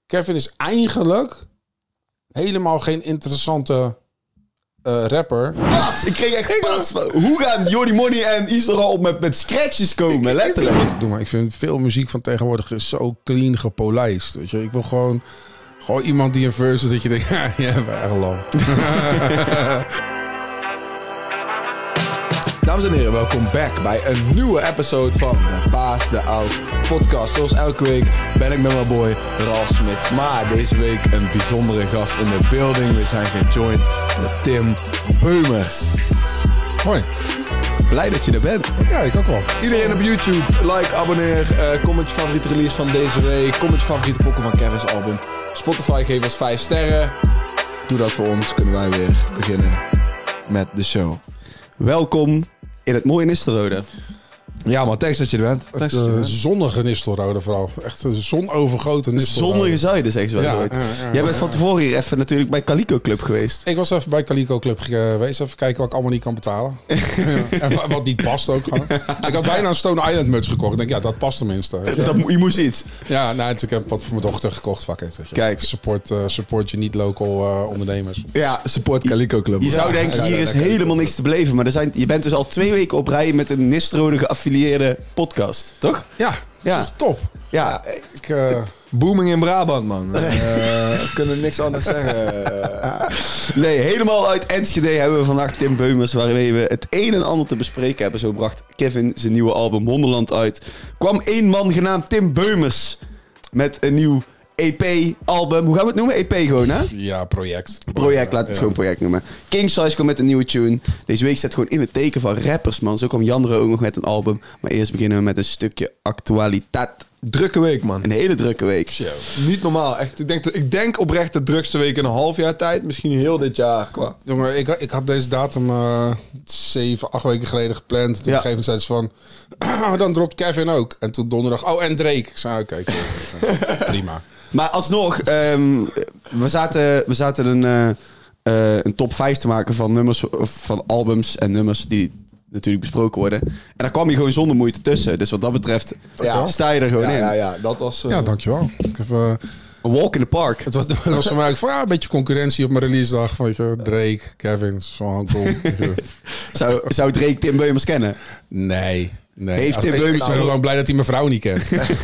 Kevin is eigenlijk helemaal geen interessante rapper. Wat? Ik kreeg echt pats van. Hoe gaan Jordi Money en Isra op met scratches komen? Letterlijk. Doe maar, ik vind veel muziek van tegenwoordig is zo clean gepolijst. Weet je? Ik wil gewoon iemand die een verse dat je denkt, ja, jij bent echt lang. Dames en heren, welkom back bij een nieuwe episode van de Baas de Oud podcast. Zoals elke week ben ik met mijn boy Ralf Smits. Maar deze week een bijzondere gast in de building. We zijn gejoind door Tim Beumers. Hoi. Blij dat je er bent. Ja, ik ook wel. Iedereen op YouTube, like, abonneer, comment je favoriete release van deze week. Comment je favoriete pokken van Kevin's album. Spotify geef ons 5 sterren. Doe dat voor ons, kunnen wij weer beginnen met de show. Welkom in het mooie Nistelrode. Ja man, thanks dat je er bent. Het zonnige Nistelrode vooral. Echt een zonovergoten Nistelrode. Zonnige zuiden, zeggen ze wel nooit. Jij bent van tevoren hier even natuurlijk bij Calico Club geweest. Ik was even bij Calico Club geweest. Even kijken wat ik allemaal niet kan betalen. En wat niet past ook gewoon. Ik had bijna een Stone Island muts gekocht. Ik denk, ja, dat past tenminste. Je moest iets. Ja, nou, ik heb wat voor mijn dochter gekocht. Fuck it, weet je. Kijk. Support je niet local ondernemers. Ja, Support Calico Club. Je zou denken, hier is helemaal niks te beleven. Maar je bent dus al 2 weken op rij met een Nistelrode geaffilieerde podcast, toch? Ja, dat is top. Ja, Booming in Brabant, man. We kunnen niks anders zeggen. Nee, helemaal uit Enschede hebben we vandaag Tim Beumers, waarmee we het een en ander te bespreken hebben. Zo bracht Kevin zijn nieuwe album Wonderland uit. Kwam 1 man genaamd Tim Beumers met een nieuw EP-album. Hoe gaan we het noemen? EP gewoon, hè? Ja, project. Project, laat het gewoon project noemen. King Size komt met een nieuwe tune. Deze week staat gewoon in het teken van rappers, man. Zo kwam Jandro ook nog met een album. Maar eerst beginnen we met een stukje actualiteit. Drukke week, man. Een hele drukke week. Zo. Niet normaal. Echt, ik denk oprecht de drukste week in een half jaar tijd. Misschien heel dit jaar. Qua. Jongen, ik had deze datum 7, 8 weken geleden gepland. Toen op een gegeven moment zei ze van... dan dropt Kevin ook. En toen donderdag... Oh, en Drake. Ik zei, oké. Prima. Maar alsnog, we zaten een top 5 te maken van nummers, van albums en nummers die natuurlijk besproken worden. En daar kwam je gewoon zonder moeite tussen. Dus wat dat betreft sta je er gewoon in. Ja, dat was... Ja, dankjewel. Ik heb... A walk in the park. Het was voor mij een beetje concurrentie op mijn release dag. Weet je, Drake, Kevin, zo cool. Zou Drake Tim Beumers kennen? Nee. Heeft Tim Beumers... Ik ben gewoon blij dat hij mijn vrouw niet kent.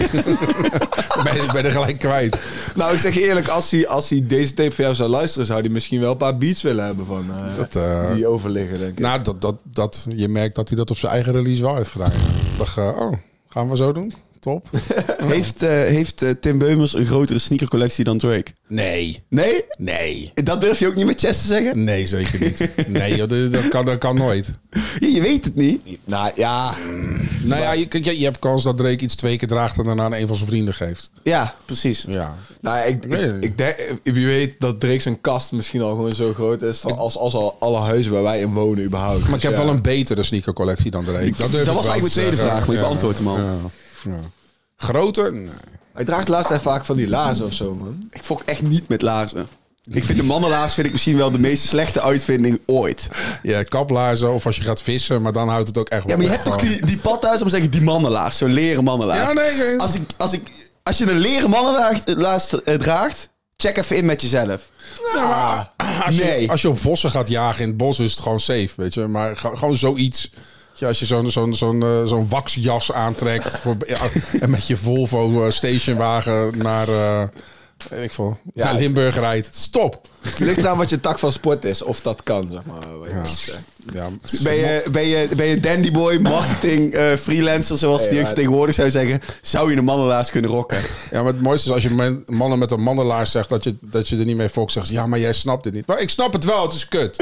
Ik ben er gelijk kwijt. Nou, ik zeg je eerlijk, als hij deze tape voor jou zou luisteren, zou hij misschien wel een paar beats willen hebben van die overliggen, denk ik. Nou, je merkt dat hij dat op zijn eigen release wel heeft gedaan. Ik dacht, gaan we zo doen? Top. Heeft Tim Beumers een grotere sneakercollectie dan Drake? Nee. Nee? Nee. Dat durf je ook niet met chest te zeggen? Nee, zeker niet. Nee, joh, dat kan nooit. Je weet het niet. Nou ja. Nou ja, je hebt kans dat Drake iets 2 keer draagt en daarna aan een van zijn vrienden geeft. Ja, precies. Ja. Nou, ik denk, wie weet dat Drake zijn kast misschien al gewoon zo groot is als al alle huizen waar wij in wonen überhaupt. Maar ik heb wel een betere sneakercollectie dan Drake. Dat was eigenlijk mijn tweede vraag, maar ik beantwoord hem al. Ja. Groter? Nee. Hij draagt laatst echt vaak van die laarzen of zo, man. Ik fok echt niet met laarzen. Ik vind de mannenlaars misschien wel de meest slechte uitvinding ooit. Ja, kaplaarzen of als je gaat vissen, maar dan houdt het ook echt wel. Ja, maar je hebt toch die padhuis om te zeggen die mannenlaars, zo'n leren mannenlaars. Ja, nee. Als je een leren mannenlaars draagt, check even in met jezelf. Ja, maar als je op vossen gaat jagen in het bos is het gewoon safe, weet je. Maar gewoon zoiets. Ja, als je zo'n waxjas aantrekt en met je Volvo stationwagen naar Limburg rijdt. Stop! Het ligt aan wat je tak van sport is, of dat kan, zeg maar. Ja. Ben je dandyboy, marketing, freelancer, zoals die tegenwoordig zou zeggen, zou je een mannenlaars kunnen rocken? Ja, maar het mooiste is als je mannen met een mannenlaars zegt dat je er niet mee fokt. Zegt ja, maar jij snapt het niet. Maar ik snap het wel, het is kut.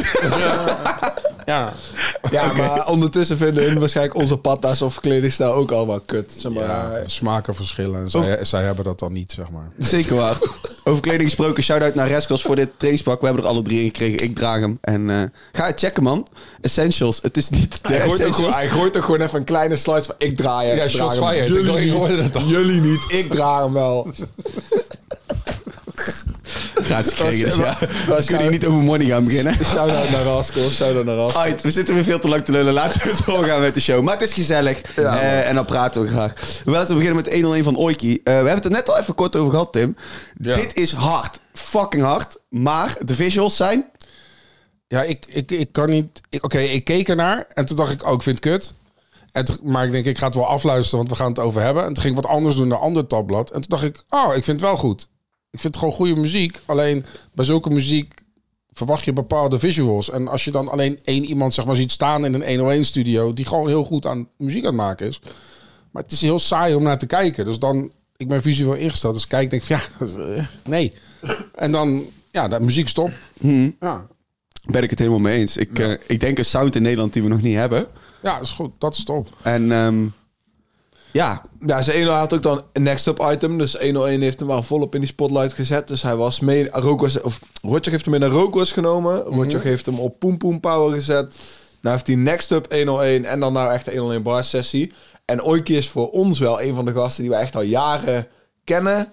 Ja, maar ondertussen vinden hun waarschijnlijk onze patta's of kledingstijl ook allemaal kut. Zeg maar. Ja, smaken verschillen. En zij hebben dat dan niet, zeg maar. Zeker waar. Over kleding gesproken, shout-out naar Rescos voor dit trainingspak. We hebben er alle 3 in gekregen. Ik draag hem. En ga het checken, man. Essentials. Het is niet de hij gooit ook gewoon even een kleine slide van ik draai hem. Ja, shots fired. Jullie niet, ik draag hem wel. gratis gekregen. Dus ja, dan kun je niet over money gaan beginnen. Shout-out naar Rascal. Alright, we zitten weer veel te lang te lullen. Laten we doorgaan met de show. Maar het is gezellig. Ja, en dan praten we graag. Laten we beginnen met 101 van Oiki. We hebben het er net al even kort over gehad, Tim. Ja. Dit is hard. Fucking hard. Maar de visuals zijn... Ja, ik kan niet... Oké, ik keek ernaar en toen dacht ik, ik vind het kut. Maar ik denk, ik ga het wel afluisteren, want we gaan het over hebben. En toen ging ik wat anders doen naar een ander tabblad. En toen dacht ik, ik vind het wel goed. Ik vind het gewoon goede muziek. Alleen bij zulke muziek verwacht je bepaalde visuals. En als je dan alleen één iemand zeg maar ziet staan in een 101-studio... die gewoon heel goed aan muziek aan het maken is. Maar het is heel saai om naar te kijken. Dus dan, ik ben visueel ingesteld. Dus kijk, denk ik van nee. En dan, de muziek stopt. Ja. Ben ik het helemaal mee eens. Ik denk een sound in Nederland die we nog niet hebben. Ja, dat is goed. Dat is top. En ja, ze 101 had ook dan een next up item. Dus 101 heeft hem wel volop in die spotlight gezet. Dus hij was mee... Rotjoch heeft hem in een Rookwas genomen. Rotjoch heeft hem op Poem Poem Power gezet. Nou heeft hij next up 101 en dan nou echt de 101 bar sessie. En Oiki is voor ons wel een van de gasten die we echt al jaren kennen.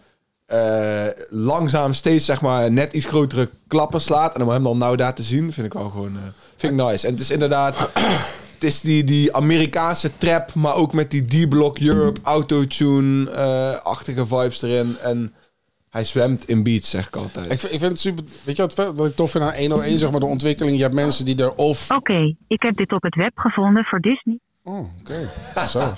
Langzaam steeds zeg maar net iets grotere klappen slaat. En om hem dan nou daar te zien, vind ik wel gewoon vind ik nice. En het is inderdaad... Het is die Amerikaanse trap, maar ook met die D-Block Europe autotune-achtige vibes erin. En hij zwemt in beats, zeg ik altijd. Ik vind het super... Weet je wat ik tof vind aan 101, zeg maar, de ontwikkeling? Je hebt mensen die er of... Oké, ik heb dit op het web gevonden voor Disney. Oh, oké. Zo.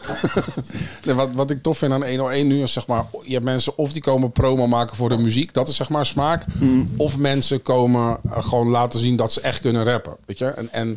Nee, wat ik tof vind aan 101 nu is, zeg maar... Je hebt mensen of die komen promo maken voor de muziek. Dat is, zeg maar, smaak. Of mensen komen gewoon laten zien dat ze echt kunnen rappen. Weet je? En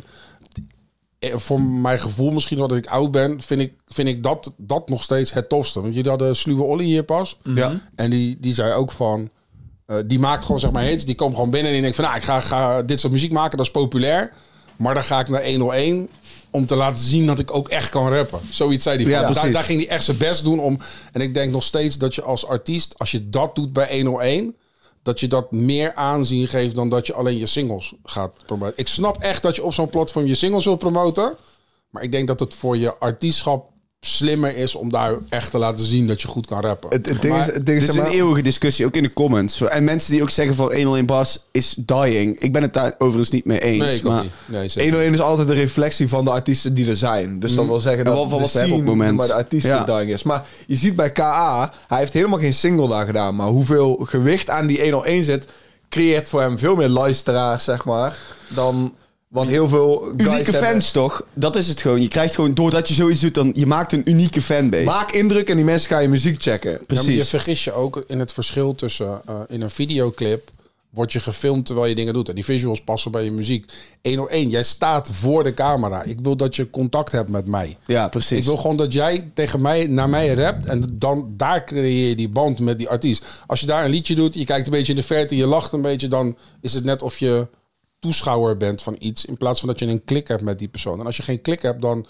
voor mijn gevoel, misschien omdat ik oud ben, vind ik dat nog steeds het tofste. Want jullie hadden Sluwe Ollie hier pas. Ja. En die zei ook van... die maakt gewoon, zeg maar, hits. Die komt gewoon binnen en die denkt van... ik ga dit soort muziek maken, dat is populair. Maar dan ga ik naar 101 om te laten zien dat ik ook echt kan rappen. Zoiets zei hij. Ja, daar ging hij echt zijn best doen om... En ik denk nog steeds dat je als artiest, als je dat doet bij 101... dat je dat meer aanzien geeft dan dat je alleen je singles gaat promoten. Ik snap echt dat je op zo'n platform je singles wil promoten. Maar ik denk dat het voor je artiestschap slimmer is om daar echt te laten zien dat je goed kan rappen. Het ding is een eeuwige discussie, ook in de comments. En mensen die ook zeggen van 101 bars is dying. Ik ben het daar overigens niet mee eens. Nee, ik ook niet. Nee, 101 is altijd de reflectie van de artiesten die er zijn. Dus dat wil zeggen dat van de wat we hebben op scene het moment. maar de artiesten dying is. Maar je ziet bij KA, hij heeft helemaal geen single daar gedaan. Maar hoeveel gewicht aan die 101 zit, creëert voor hem veel meer luisteraars, zeg maar, dan... Want heel veel unieke fans toch? Dat is het gewoon. Je krijgt gewoon, doordat je zoiets doet, dan je maakt een unieke fanbase. Maak indruk en die mensen gaan je muziek checken. Precies. Ja, je vergis je ook in het verschil tussen in een videoclip word je gefilmd terwijl je dingen doet. En die visuals passen bij je muziek. 101, jij staat voor de camera. Ik wil dat je contact hebt met mij. Ja, precies. Ik wil gewoon dat jij tegen mij, naar mij rapt. En dan daar creëer je die band met die artiest. Als je daar een liedje doet, je kijkt een beetje in de verte, je lacht een beetje, dan is het net of je toeschouwer bent van iets, in plaats van dat je een klik hebt met die persoon. En als je geen klik hebt, dan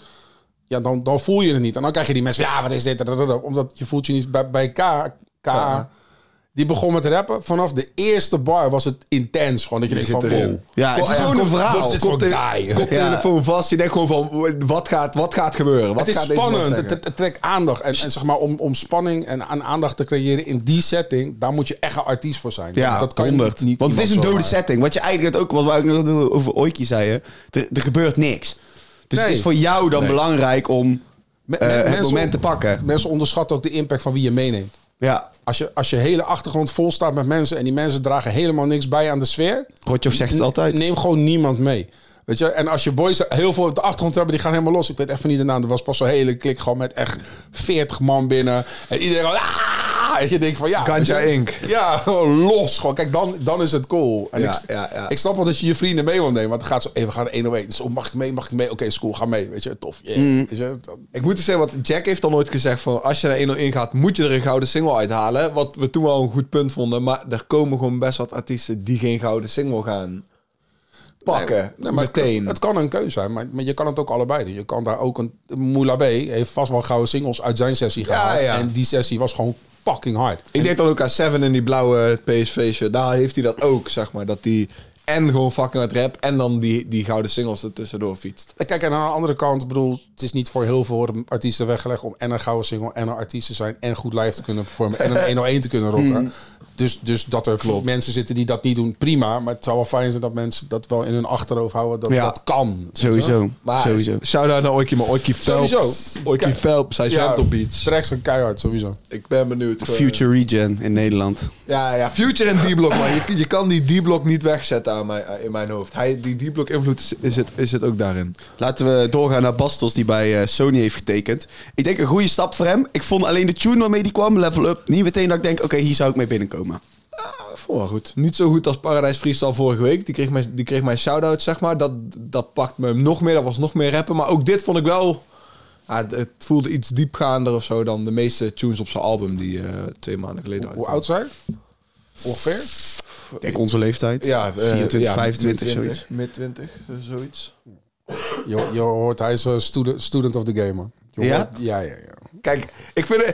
voel je het niet. En dan krijg je die mensen, ja, wat is dit? Omdat je voelt je niet bij K. Die begon met rappen. Vanaf de eerste bar was het intens. Gewoon dat je denkt van, wow. Ja, het is gewoon een verhaal. Koptelefoon vast. Je denkt gewoon van, wat gaat gebeuren? Het is spannend. Het trekt aandacht. En zeg maar, om spanning en aandacht te creëren in die setting, daar moet je echt een artiest voor zijn. Ja, dat kan je niet. Want het is een dode setting. Wat je eigenlijk ook, wat we ook nog over Oiki zeiden, er gebeurt niks. Dus het is voor jou dan belangrijk om het moment te pakken. Mensen onderschatten ook de impact van wie je meeneemt. Ja. Als je hele achtergrond vol staat met mensen en die mensen dragen helemaal niks bij aan de sfeer. Rotjoch zegt het altijd. Neem gewoon niemand mee. Weet je? En als je boys heel veel op de achtergrond hebben, die gaan helemaal los. Ik weet echt van niet de naam. Er was pas zo'n hele klik gewoon met echt 40 man binnen. En iedereen en je denkt van ja. Ganja Inc. Ja, gewoon los. Gewoon. Kijk, dan is het cool. En ik snap wel dat je je vrienden mee wil nemen. Want het gaat zo, we gaan 101. Dus mag ik mee? Oké, is cool, ga mee. Weet je, tof. Yeah. Weet je, ik moet zeggen, wat Jack heeft al nooit gezegd van als je naar 101 gaat, moet je er een gouden single uithalen. Wat we toen wel een goed punt vonden. Maar er komen gewoon best wat artiesten die geen gouden single gaan pakken. Nee, maar meteen. Het kan een keuze zijn, maar je kan het ook allebei doen. Je kan daar ook Moula B heeft vast wel gouden singles uit zijn sessie gehaald. Ja. En die sessie was gewoon fucking hard. Ik denk dan ook aan Seven in die blauwe PSV-shirt. Daar heeft hij dat ook, zeg maar. Dat hij en gewoon fucking hard rap en dan die gouden singles er tussendoor fietst. Kijk, en aan de andere kant, ik bedoel, het is niet voor heel veel artiesten weggelegd om en een gouden single en een artiest te zijn en goed live te kunnen performen en een 101 te kunnen rocken. Dus dat er mensen zitten die dat niet doen, prima. Maar het zou wel fijn zijn dat mensen dat wel in hun achterhoofd houden. Dat dat kan. Sowieso. Maar sowieso. Shout-out naar Oikie, maar Oikie Phelps. Sowieso. Oikie Phelps, hij zwemt op beats. Tracks gaan keihard, sowieso. Ik ben benieuwd. Future Regen in Nederland. Ja, Future en D-Block, man. Je kan die D-Block niet wegzetten in mijn hoofd. Die D-Block invloed is het ook daarin. Laten we doorgaan naar Bastos, die bij Sony heeft getekend. Ik denk een goede stap voor hem. Ik vond alleen de tune waarmee die kwam, Level Up, niet meteen dat ik denk, oké, hier zou ik mee binnenkomen. Vond wel goed. Niet zo goed als Paradise Freestyle vorige week. Die kreeg mijn shout-out, zeg maar. Dat pakt me nog meer. Dat was nog meer rappen. Maar ook dit vond ik wel... het voelde iets diepgaander of zo dan de meeste tunes op zijn album die 2 maanden geleden Hoe oud zijn? Ongeveer? Ik denk onze leeftijd. Ja, 24, 25, zoiets. Mid-20, zoiets. Je hoort, hij is een student of the game, man. Ja? Ja. Kijk, ik vind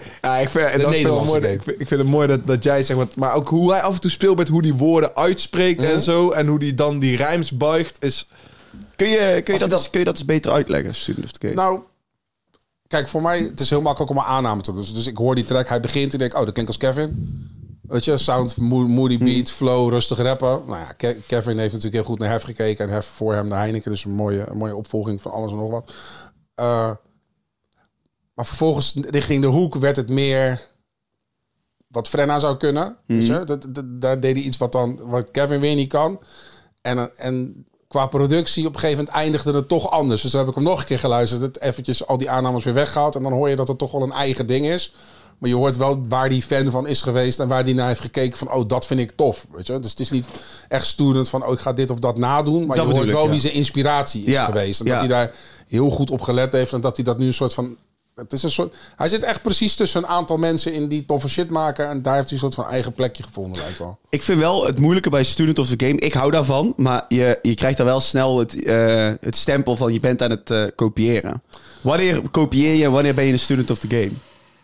het mooi dat jij zegt, maar ook hoe hij af en toe speelt met hoe die woorden uitspreekt en zo. En hoe die dan die rijms buigt is... Kun je dat eens beter uitleggen, Student of the Game? Nou, kijk, voor mij, het is heel makkelijk om een aanname te doen. Dus ik hoor die track, hij begint en denk, dat klinkt als Kevin. Weet je, sound, moody beat, flow, rustig rappen. Nou ja, Kevin heeft natuurlijk heel goed naar Hef gekeken. En Hef voor hem naar Heineken. Dus een mooie opvolging van alles en nog wat. Maar vervolgens richting de hoek werd het meer wat Frenna zou kunnen. Weet je? Daar deed hij iets wat Kevin weer niet kan. En qua productie op een gegeven moment eindigde het toch anders. Dus toen heb ik hem nog een keer geluisterd. Het eventjes al die aannames weer weggehaald. En dan hoor je dat het toch wel een eigen ding is. Maar je hoort wel waar die fan van is geweest. En waar die naar heeft gekeken van, dat vind ik tof. Weet je? Dus het is niet echt student van, ik ga dit of dat nadoen. Maar dat je hoort wel wie zijn inspiratie is geweest. En dat hij daar heel goed op gelet heeft. En dat hij dat nu een soort van... Het is een soort, hij zit echt precies tussen een aantal mensen in die toffe shit maken. En daar heeft hij een soort van eigen plekje gevonden, lijkt wel. Ik vind wel het moeilijke bij Student of the Game. Ik hou daarvan, maar je krijgt daar wel snel het stempel van je bent aan het kopiëren. Wanneer kopieer je en wanneer ben je een Student of the Game?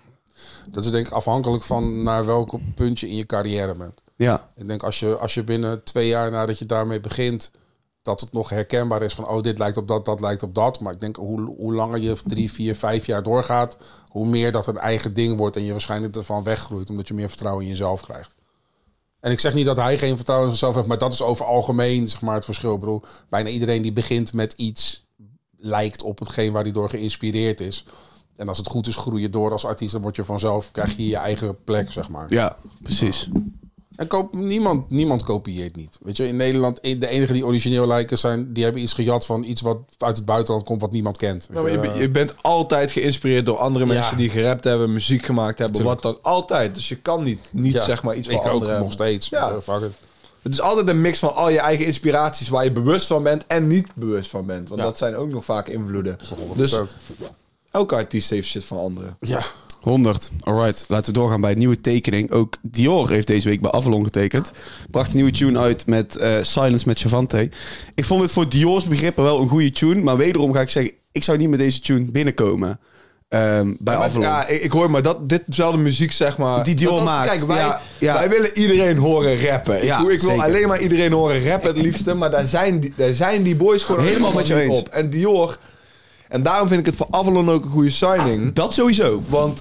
Dat is denk ik afhankelijk van naar welk punt je in je carrière bent. Ja. Ik denk als je binnen 2 jaar nadat je daarmee begint... dat het nog herkenbaar is van, dit lijkt op dat lijkt op dat. Maar ik denk, hoe langer je 3, 4, 5 jaar doorgaat... hoe meer dat een eigen ding wordt... en je waarschijnlijk ervan weggroeit... omdat je meer vertrouwen in jezelf krijgt. En ik zeg niet dat hij geen vertrouwen in zichzelf heeft... maar dat is over algemeen zeg maar, het verschil. Ik bedoel, bijna iedereen die begint met iets... lijkt op hetgeen waar hij door geïnspireerd is. En als het goed is, groei je door als artiest... dan word je vanzelf, krijg je je eigen plek, zeg maar. Ja, precies. En niemand kopieert niet. Weet je, in Nederland, de enige die origineel lijken zijn... die hebben iets gejat van iets wat uit het buitenland komt... wat niemand kent. Je bent altijd geïnspireerd door andere mensen... die gerapt hebben, muziek gemaakt hebben. Tuurlijk. Wat dan altijd. Dus je kan niet zeg maar iets van anderen hebben. Ik ook nog steeds. Ja. Het is altijd een mix van al je eigen inspiraties... waar je bewust van bent en niet bewust van bent. Want dat zijn ook nog vaak invloeden. 100%. Dus elke artiest heeft shit van anderen. Ja. 100. Alright, laten we doorgaan bij een nieuwe tekening. Ook Dior heeft deze week bij Avalon getekend. Bracht een nieuwe tune uit met Silence met Chavante. Ik vond het voor Dior's begrippen wel een goede tune. Maar wederom ga ik zeggen, ik zou niet met deze tune binnenkomen. Bij Avalon. Ja, ik hoor maar ditzelfde muziek, zeg maar... Die Dior maakt. Kijk, wij willen iedereen horen rappen. Ja, ik wil alleen maar iedereen horen rappen het liefste. Maar daar zijn die boys gewoon helemaal met je eens. Op. En Dior... En daarom vind ik het voor Avalon ook een goede signing. Dat sowieso. Want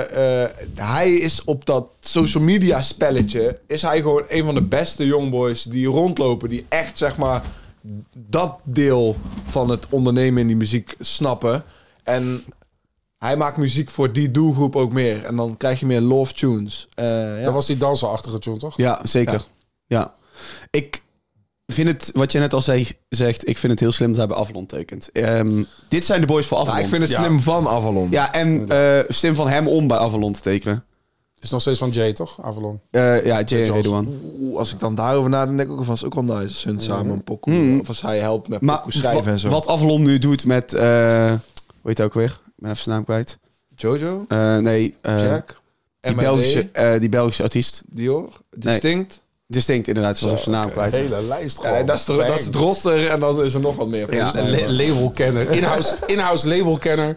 hij is op dat social media spelletje... is hij gewoon een van de beste youngboys die rondlopen. Die echt, zeg maar, dat deel van het ondernemen in die muziek snappen. En hij maakt muziek voor die doelgroep ook meer. En dan krijg je meer love tunes. Dat was die dansenachtige tune, toch? Ja, zeker. Ja. Ik vind het, wat je net al zegt, ik vind het heel slim dat hij bij Avalon tekent. Dit zijn de boys voor Avalon. Ja, ik vind het slim van Avalon. Ja, en slim van hem om bij Avalon te tekenen. Is nog steeds van Jay, toch? Avalon. Ja, Jay en Redouane. Als ik dan daarover nadenk, denk ik ook vast ook wel nice. Hun samen een pokoe. Of als hij helpt met pokoe schrijven en zo. Wat Avalon nu doet met... hoe heet het ook weer? Ik ben even zijn naam kwijt. Jojo? Nee. Jack? Die Belgische artiest. Dior? Distinct? Distinct, inderdaad. Zoals even zijn naam kwijt. Hele lijst gewoon. Ja, dat is het roster en dan is er nog wat meer. Ja, labelkenner. In-house labelkenner.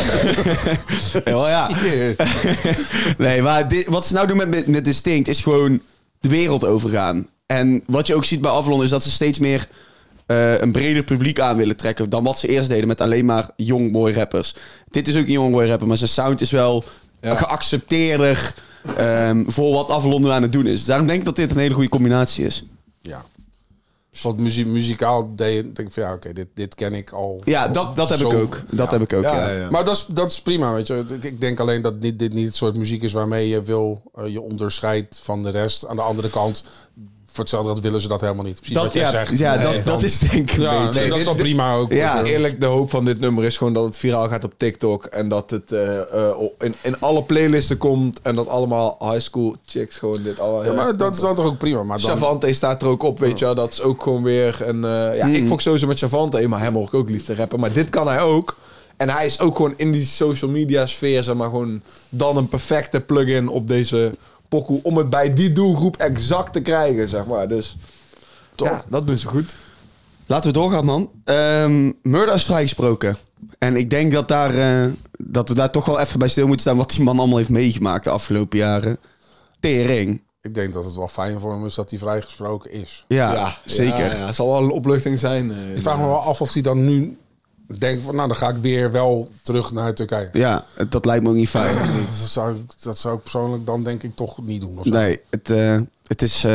Ja. Nee, maar wat ze nou doen met Distinct is gewoon de wereld overgaan. En wat je ook ziet bij Avalon is dat ze steeds meer een breder publiek aan willen trekken dan wat ze eerst deden met alleen maar youngboy rappers. Dit is ook een youngboy rapper, maar zijn sound is wel geaccepteerder. voor wat Avalon nu aan het doen is. Daarom denk ik dat dit een hele goede combinatie is. Ja. Wat muzikaal denk ik van ja, oké, dit ken ik al. Ja, dat heb ik ook. Dat heb ik ook, ja. Maar dat is prima, weet je. Ik denk alleen dat dit niet het soort muziek is waarmee je je onderscheidt van de rest. Aan de andere kant, voor hetzelfde willen ze dat helemaal niet. Precies wat jij zegt. Ja, dat is denk ik een beetje. Dat is al prima ook. Ja. Eerlijk, de hoop van dit nummer is gewoon dat het viraal gaat op TikTok. En dat het in alle playlisten komt. En dat allemaal high school chicks gewoon dit allemaal... Ja, maar dat is dan toch ook prima. Maar dan... Chavante staat er ook op, weet je wel. Dat is ook gewoon weer een... ik volg sowieso met Chavante, maar hem hoor ik ook lief te rappen. Maar dit kan hij ook. En hij is ook gewoon in die social media sfeer, zeg maar, gewoon dan een perfecte plugin op deze pokoe om het bij die doelgroep exact te krijgen, zeg maar. Dus ja, dat doen ze goed. Laten we doorgaan, man. Murda is vrijgesproken. En ik denk dat we daar toch wel even bij stil moeten staan wat die man allemaal heeft meegemaakt de afgelopen jaren. Tering. Ik denk dat het wel fijn voor hem is dat hij vrijgesproken is. Ja, zeker. Ja, het zal wel een opluchting zijn. Ik vraag me wel af of hij dan nu denkt van, nou, dan ga ik weer wel terug naar Turkije. Ja, dat lijkt me ook niet fijn. Dat zou ik persoonlijk dan denk ik toch niet doen. Of zo. Nee, het is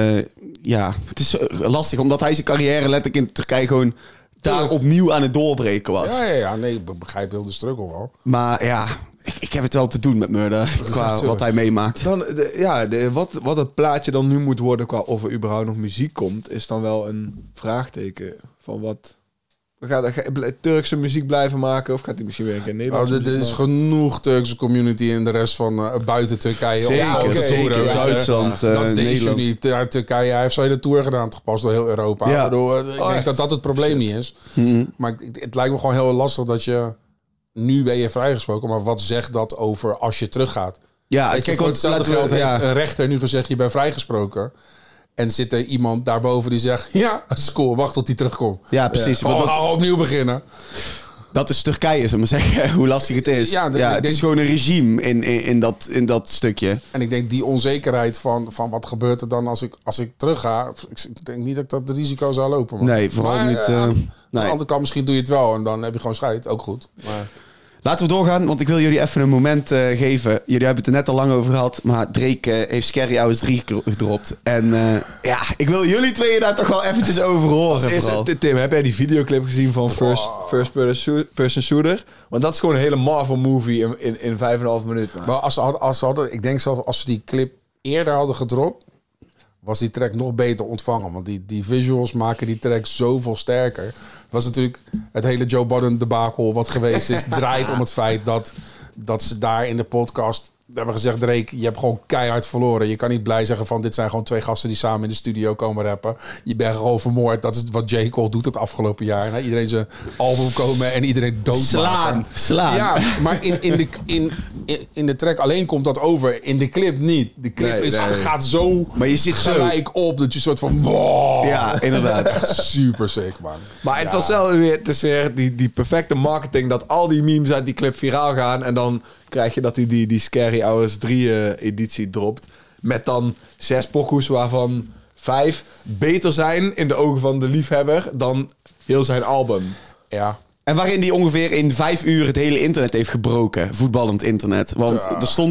lastig, omdat hij zijn carrière letterlijk in Turkije gewoon daar opnieuw aan het doorbreken was. Ja, nee, ik begrijp heel de struggle wel. Maar ja, ik heb het wel te doen met Murda, qua wat hij meemaakt. Dan, wat het plaatje dan nu moet worden qua of er überhaupt nog muziek komt, is dan wel een vraagteken van wat... Gaat Turkse muziek blijven maken of gaat hij misschien weer een keer Nederlandse muziek er is genoeg Turkse community in de rest van buiten Turkije. Zeker. Duitsland, dat is de Nederland. issue niet. Turkije heeft zijn hele tour gedaan, gepast door heel Europa. Ja. Ik denk dat dat het probleem niet is. Maar het lijkt me gewoon heel lastig dat je... Nu ben je vrijgesproken, maar wat zegt dat over als je teruggaat? Ja, Kijk, voor hetzelfde geld heeft een rechter nu gezegd, je bent vrijgesproken. En zit er iemand daarboven die zegt... Ja, score, wacht tot hij terugkomt. Ja, precies. Gewoon gaan we opnieuw beginnen. Dat is Turkije, zullen we maar zeggen. Hoe lastig het is. Het is gewoon een regime in dat stukje. En ik denk die onzekerheid van wat gebeurt er dan als ik terug ga... Ik denk niet dat ik dat risico zou lopen. Man. Nee, vooral niet... Aan de andere kant misschien doe je het wel. En dan heb je gewoon scheid. Ook goed. Maar... Laten we doorgaan, want ik wil jullie even een moment geven. Jullie hebben het er net al lang over gehad. Maar Drake heeft Scary Hours 3 gedropt. En ik wil jullie tweeën daar toch wel eventjes over horen. Tim, heb jij die videoclip gezien van First Person Shooter? Want dat is gewoon een hele Marvel movie in 5,5 minuten. Maar als ze hadden, ik denk zelfs als ze die clip eerder hadden gedropt... was die track nog beter ontvangen. Want die visuals maken die track zoveel sterker. Het was natuurlijk het hele Joe Budden debacle wat geweest is... draait om het feit dat ze daar in de podcast hebben gezegd... Drake, je hebt gewoon keihard verloren. Je kan niet blij zeggen van dit zijn gewoon 2 gasten... die samen in de studio komen rappen. Je bent gewoon vermoord. Dat is wat J. Cole doet het afgelopen jaar. Nou, iedereen zijn album komen en iedereen doodmaken. Slaan. Ja, maar in de track alleen komt dat over. In de clip niet. De clip gaat zo maar je zit gelijk op dat je soort van... Wow, ja, inderdaad. echt super sick, man. Maar het was wel weer die perfecte marketing... dat al die memes uit die clip viraal gaan... en dan krijg je dat die Scary Hours 3 editie dropt... met dan 6 pokoes waarvan 5 beter zijn... in de ogen van de liefhebber dan heel zijn album. Ja. En waarin hij ongeveer in 5 uur het hele internet heeft gebroken. Voetballend internet. Want er stond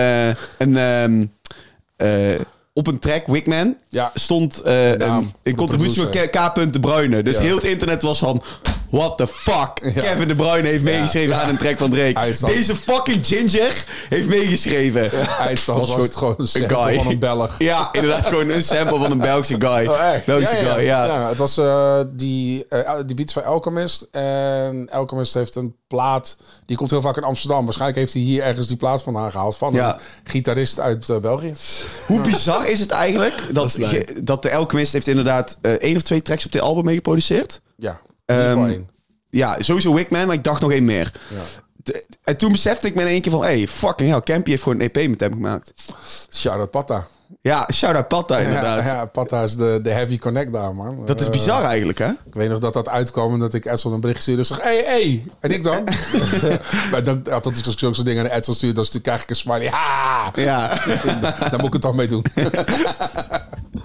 op een track, Wigman, stond een contributie van K. De Bruyne. Dus heel het internet was van... What the fuck? Ja. Kevin De Bruyne heeft meegeschreven aan een track van Drake. Deze fucking ginger heeft meegeschreven. Eindstand was het gewoon een sample van een Belg. Ja, inderdaad gewoon een sample van een Belgische guy. Belgische guy, ja. Het was die beats van Alchemist. En Alchemist heeft een plaat... Die komt heel vaak in Amsterdam. Waarschijnlijk heeft hij hier ergens die plaat vandaan gehaald. Van een gitarist uit België. Hoe bizar is het eigenlijk dat de Alchemist heeft inderdaad 1 of 2 tracks op dit album mee geproduceerd? Ja. Ja, sowieso Wigman, maar ik dacht nog 1 meer. Ja. En toen besefte ik me in één keer van... fucking hell, Campy heeft gewoon een EP met hem gemaakt. Shout-out Patta. Ja, shout-out Patta inderdaad. Ja, Patta is de heavy connect daar, man. Dat is bizar eigenlijk, hè? Ik weet nog dat uitkwam en dat ik Edson een bericht stuurde. Ik zeg, hey. En ik dan? Maar dan dat is dus ook zo'n ding aan Edson stuurde. Dan krijg ik een smiley. Ha! Ja. Daar moet ik het dan mee doen.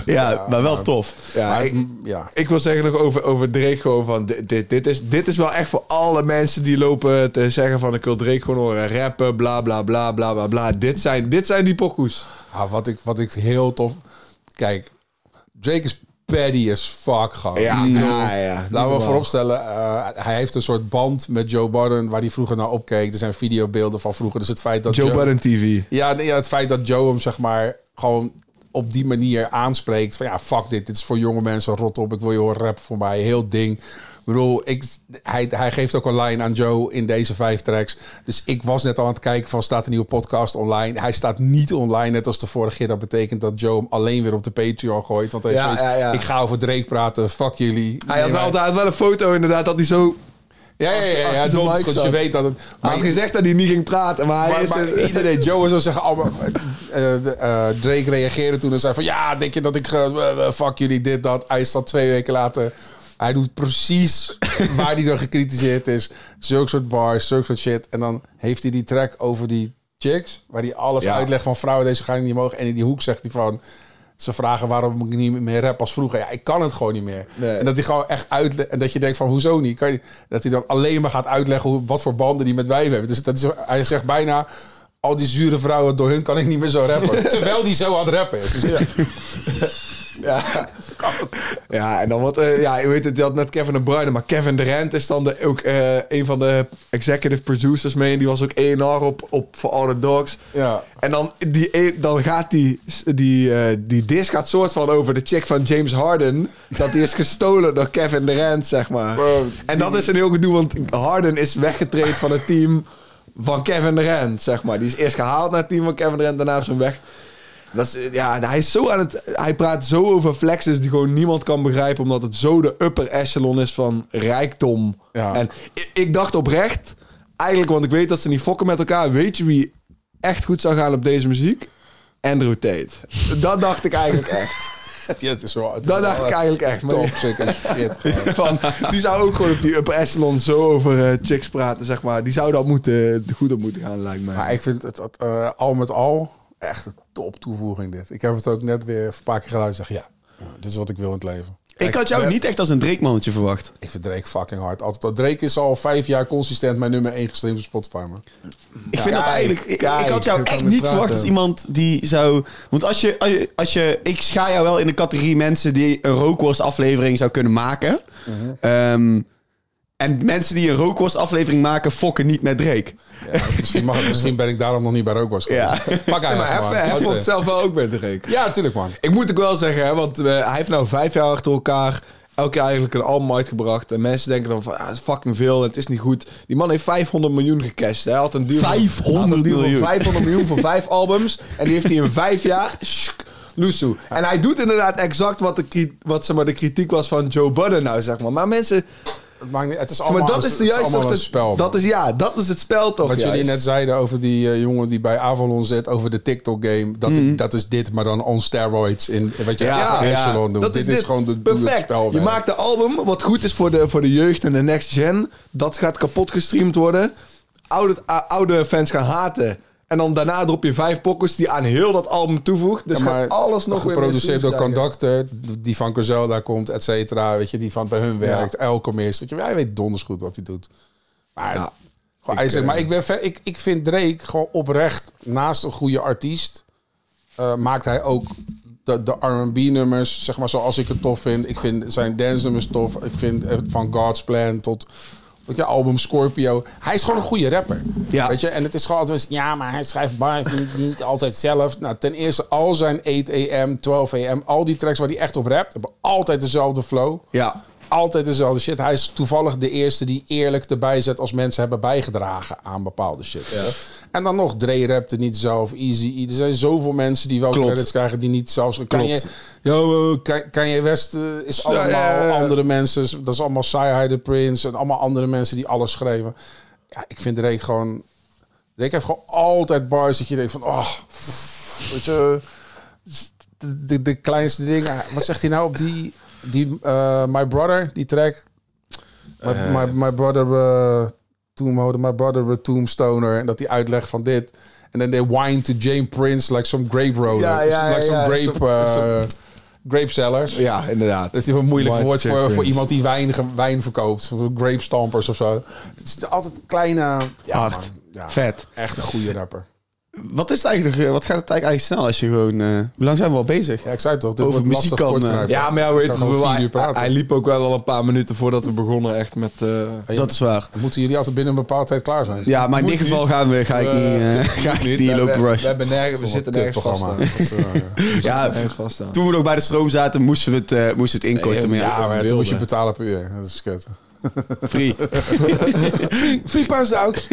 Ja, maar wel tof. Ja, ik wil zeggen nog over Drake gewoon van... Dit is wel echt voor alle mensen die lopen te zeggen van... ik wil Drake gewoon horen rappen, bla bla bla bla bla bla. Dit zijn die pokoes. Wat ik heel tof... Kijk, Drake is petty as fuck gewoon. Ja. Laten we vooropstellen, hij heeft een soort band met Joe Budden... waar hij vroeger naar opkeek. Er zijn videobeelden van vroeger. Dus het feit dat Joe Budden TV. Ja, het feit dat Joe hem zeg maar gewoon op die manier aanspreekt... van ja, fuck dit is voor jonge mensen, rot op. Ik wil je horen rappen voor mij, heel ding... Ik bedoel, hij geeft ook een line aan Joe in deze 5 tracks. Dus ik was net al aan het kijken van... staat een nieuwe podcast online? Hij staat niet online, net als de vorige keer. Dat betekent dat Joe hem alleen weer op de Patreon gooit. Want hij heeft zoiets, ik ga over Drake praten, fuck jullie. Hij had wel een foto inderdaad, dat hij zo... Ja, dus je weet dat het... Maar hij had gezegd dat hij niet ging praten, maar iedereen, Joe zou zeggen... Drake reageerde toen en zei van... ja, denk je dat ik... fuck jullie, dit, dat. Hij staat 2 weken later... Hij doet precies waar hij dan gecritiseerd is. Zulke soort bars, zulke soort shit. En dan heeft hij die track over die chicks... waar hij alles uitlegt van vrouwen, deze gaan niet mogen. En in die hoek zegt hij van... ze vragen waarom ik niet meer rap als vroeger. Ja, ik kan het gewoon niet meer. Nee. En dat hij gewoon echt uitlegt... en dat je denkt van, hoezo niet? Dat hij dan alleen maar gaat uitleggen... wat voor banden die met wijven hebben. Dus dat is, hij zegt bijna... al die zure vrouwen, door hun kan ik niet meer zo rappen. Terwijl die zo aan het rappen is. Dus ja, en dan wat... je weet het, je had net Kevin De Bruyne... maar Kevin Durant is dan ook een van de executive producers mee... en die was ook A&R op For All The Dogs. Ja. En dan gaat die disc gaat soort van over de chick van James Harden... dat die is gestolen door Kevin Durant, zeg maar. Bro, en dat is een heel gedoe, want Harden is weggetraind van het team... van Kevin Durant, zeg maar. Die is eerst gehaald naar het team van Kevin Durant... daarna is hem weg... hij is zo hij praat zo over flexes die gewoon niemand kan begrijpen... omdat het zo de upper echelon is van rijkdom. Ja. En ik dacht oprecht, eigenlijk, want ik weet dat ze niet fokken met elkaar... weet je wie echt goed zou gaan op deze muziek? Andrew Tate. Dat dacht ik eigenlijk echt. Ja, het is wel, dat dacht ik eigenlijk echt. Top, zeker. Die zou ook gewoon op die upper echelon zo over chicks praten, zeg maar. Die zou dat goed op moeten gaan, lijkt mij. Maar ik vind het al met al... echt een top toevoeging dit. Ik heb het ook net weer een paar keer geluisterd. Zeg, dit is wat ik wil in het leven. Ik had jou niet echt als een Drake-mannetje verwacht. Ik vind Drake fucking hard. Altijd. Drake is al 5 jaar consistent mijn nummer 1 gestreamd op Spotify, man. Ik vind dat eigenlijk... Ik had jou echt niet verwacht als iemand die zou... Want als je... Ik schaar jou wel in de categorie mensen die een rookworst aflevering zou kunnen maken. Mm-hmm. En mensen die een rookworst-aflevering maken... fokken niet met Drake. Ja, misschien ben ik daarom nog niet bij rookworst. Ja. Hij fokt zelf wel ook met Drake. Ja, natuurlijk, man. Ik moet ook wel zeggen, hè, want hij heeft nou 5 jaar achter elkaar... elke jaar eigenlijk een album uitgebracht. En mensen denken dan van, het is fucking veel. Het is niet goed. Die man heeft 500 miljoen gecashed. Hij had een deal 500 miljoen. Van 500 miljoen voor 5 albums. En die heeft hij in 5 jaar... Loesoe. En hij doet inderdaad exact wat zeg maar, de kritiek was van Joe Budden nou, zeg maar. Maar mensen... Het is allemaal, maar dat is een spel. Dat is het spel toch. Wat jullie net zeiden over die jongen die bij Avalon zit, over de TikTok-game. Dat is dit, maar dan on steroids. In wat je echelon doet. Dit is gewoon het spel. Je maakt een album wat goed is voor de jeugd en de next gen. Dat gaat kapot gestreamd worden. Oude fans gaan haten. En dan daarna drop je 5 pokkers die aan heel dat album toevoegt. Dus gaat alles nog weer geproduceerd door Conductor, die van Griselda komt, et cetera. Weet je, die van bij hun werkt. Elkomist. Weet je, hij weet donders goed wat hij doet. Maar, ik vind Drake gewoon oprecht, naast een goede artiest, maakt hij ook de R&B-nummers, zeg maar, zoals ik het tof vind. Ik vind zijn dance-nummers tof. Ik vind van God's Plan tot... album Scorpio. Hij is gewoon een goede rapper. Ja. Weet je? En het is gewoon altijd... Ja, maar hij schrijft bars niet altijd zelf. Nou, ten eerste, al zijn 8 AM, 12 AM... al die tracks waar hij echt op rapt... hebben altijd dezelfde flow. Ja. Altijd dezelfde shit. Hij is toevallig de eerste die eerlijk erbij zet... als mensen hebben bijgedragen aan bepaalde shit. Ja. En dan nog, Dre rapte niet zelf, Eazy. Er zijn zoveel mensen die wel credits krijgen... die niet zelfs... Kanye West is allemaal andere mensen. Dat is allemaal Sci-Hi the Prince... en allemaal andere mensen die alles schreven. Ja, ik vind Drake gewoon... Drake heeft gewoon altijd bars dat je denkt van... weet je... De kleinste dingen. Wat zegt hij nou op die My Brother, die track? My Brother My Brother Tombstoner. En dat hij uitlegt van dit. En then they whine to Jane Prince like some grape roller. Like some grape... Grape sellers. Ja, inderdaad. Dat is een moeilijk White woord chickens. voor iemand die wijn verkoopt. Grape stompers of zo. Het is altijd kleine... Ja, Hard. man. Ja, Vet. echt een goede rapper. Wat is het eigenlijk? Wat gaat het eigenlijk snel als je gewoon... hoe lang zijn we al bezig? Ja, ik zei het toch. Dit Over wordt muziek lastig kan, kort knijpen. Ja, maar ja, weet Ik kan gewoon 4 uur praten. hij liep ook wel al een paar minuten voordat we begonnen echt met... Dat is waar. Dan moeten jullie altijd binnen een bepaalde tijd klaar zijn. Ja, maar in dit geval ga ik niet lopen we rushen. hebben nergens, we zitten nergens vast aan. Ja, Nergens vast aan. toen we nog bij de stroom zaten, moesten we het inkorten. Maar Ja, maar toen wilde. moest je betalen per uur. Dat is kut. free. Free pass de out.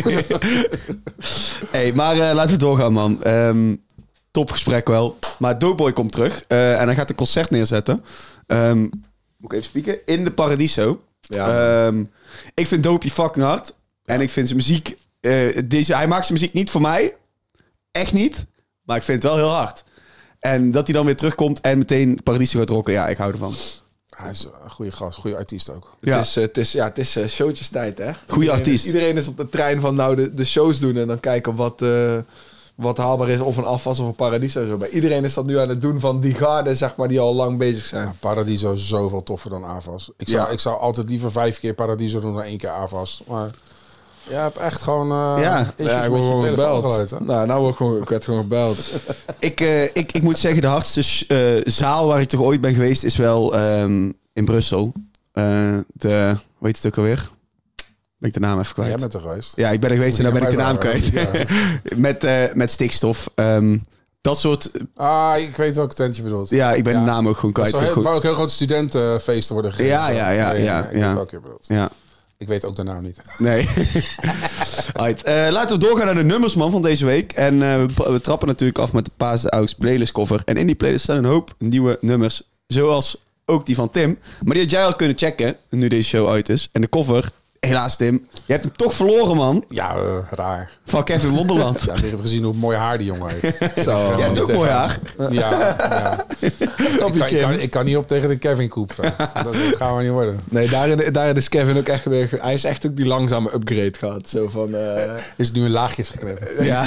Hey, maar laten we doorgaan, man. Topgesprek wel. Maar Doughboy komt terug. En hij gaat een concert neerzetten. Moet ik even spieken? In de Paradiso. Ja. Ik vind Dopey fucking hard. En ik vind zijn muziek... hij maakt zijn muziek niet voor mij. Echt niet. Maar ik vind het wel heel hard. En dat hij dan weer terugkomt en meteen Paradiso gaat rocken. Ja, ik hou ervan. Hij is een goede gast, goede artiest ook. Ja. Het is showtjestijd, hè? Goeie artiest. Iedereen is op de trein van de shows doen en dan kijken wat haalbaar is. Of een afwas of een Paradiso. Zo. Maar iedereen is dat nu aan het doen van die garden, zeg maar, die al lang bezig zijn. Ja, Paradiso is zoveel toffer dan AVAS. Ik zou altijd liever 5 keer Paradiso doen dan 1 keer AVAS. Maar je hebt echt gewoon issues ik met je word telefoon gebeld. geluid. Hè? Nou, ik werd gewoon gebeld. Ik moet zeggen, de hardste zaal waar ik toch ooit ben geweest is wel in Brussel. Hoe heet het ook alweer? Ben ik de naam even kwijt. Jij bent er geweest. Ja, ik ben er geweest en dan ben ik de naam kwijt. Ja. met stikstof. Dat soort... Ik weet welke tent je bedoelt. Ja, ik ben de naam ook gewoon Dat kwijt. zou ook heel groot studentenfeesten worden gegeven. Ja. Ik weet welke je bedoelt. Ja, Ik weet ook de naam niet. nee. Right. Laten we doorgaan naar de nummers, man, van deze week. En we trappen natuurlijk af met de Paas de Aux playlist cover. En in die playlist staan een hoop nieuwe nummers. Zoals ook die van Tim. Maar die had jij al kunnen checken, nu deze show uit is. En de cover, helaas Tim, je hebt hem toch verloren, man. Ja, raar. Van Kevin Wonderland. Ja, je hebt gezien hoe mooi haar die jongen heeft. Zo. Jij hebt ook mooi haar. Ja. Ik kan niet op tegen de Kevin Koep. Dat gaan we niet worden. Nee, daarin is Kevin ook echt weer... Hij is echt ook die langzame upgrade gehad. Zo van... Is nu een laagjes gekregen. Ja.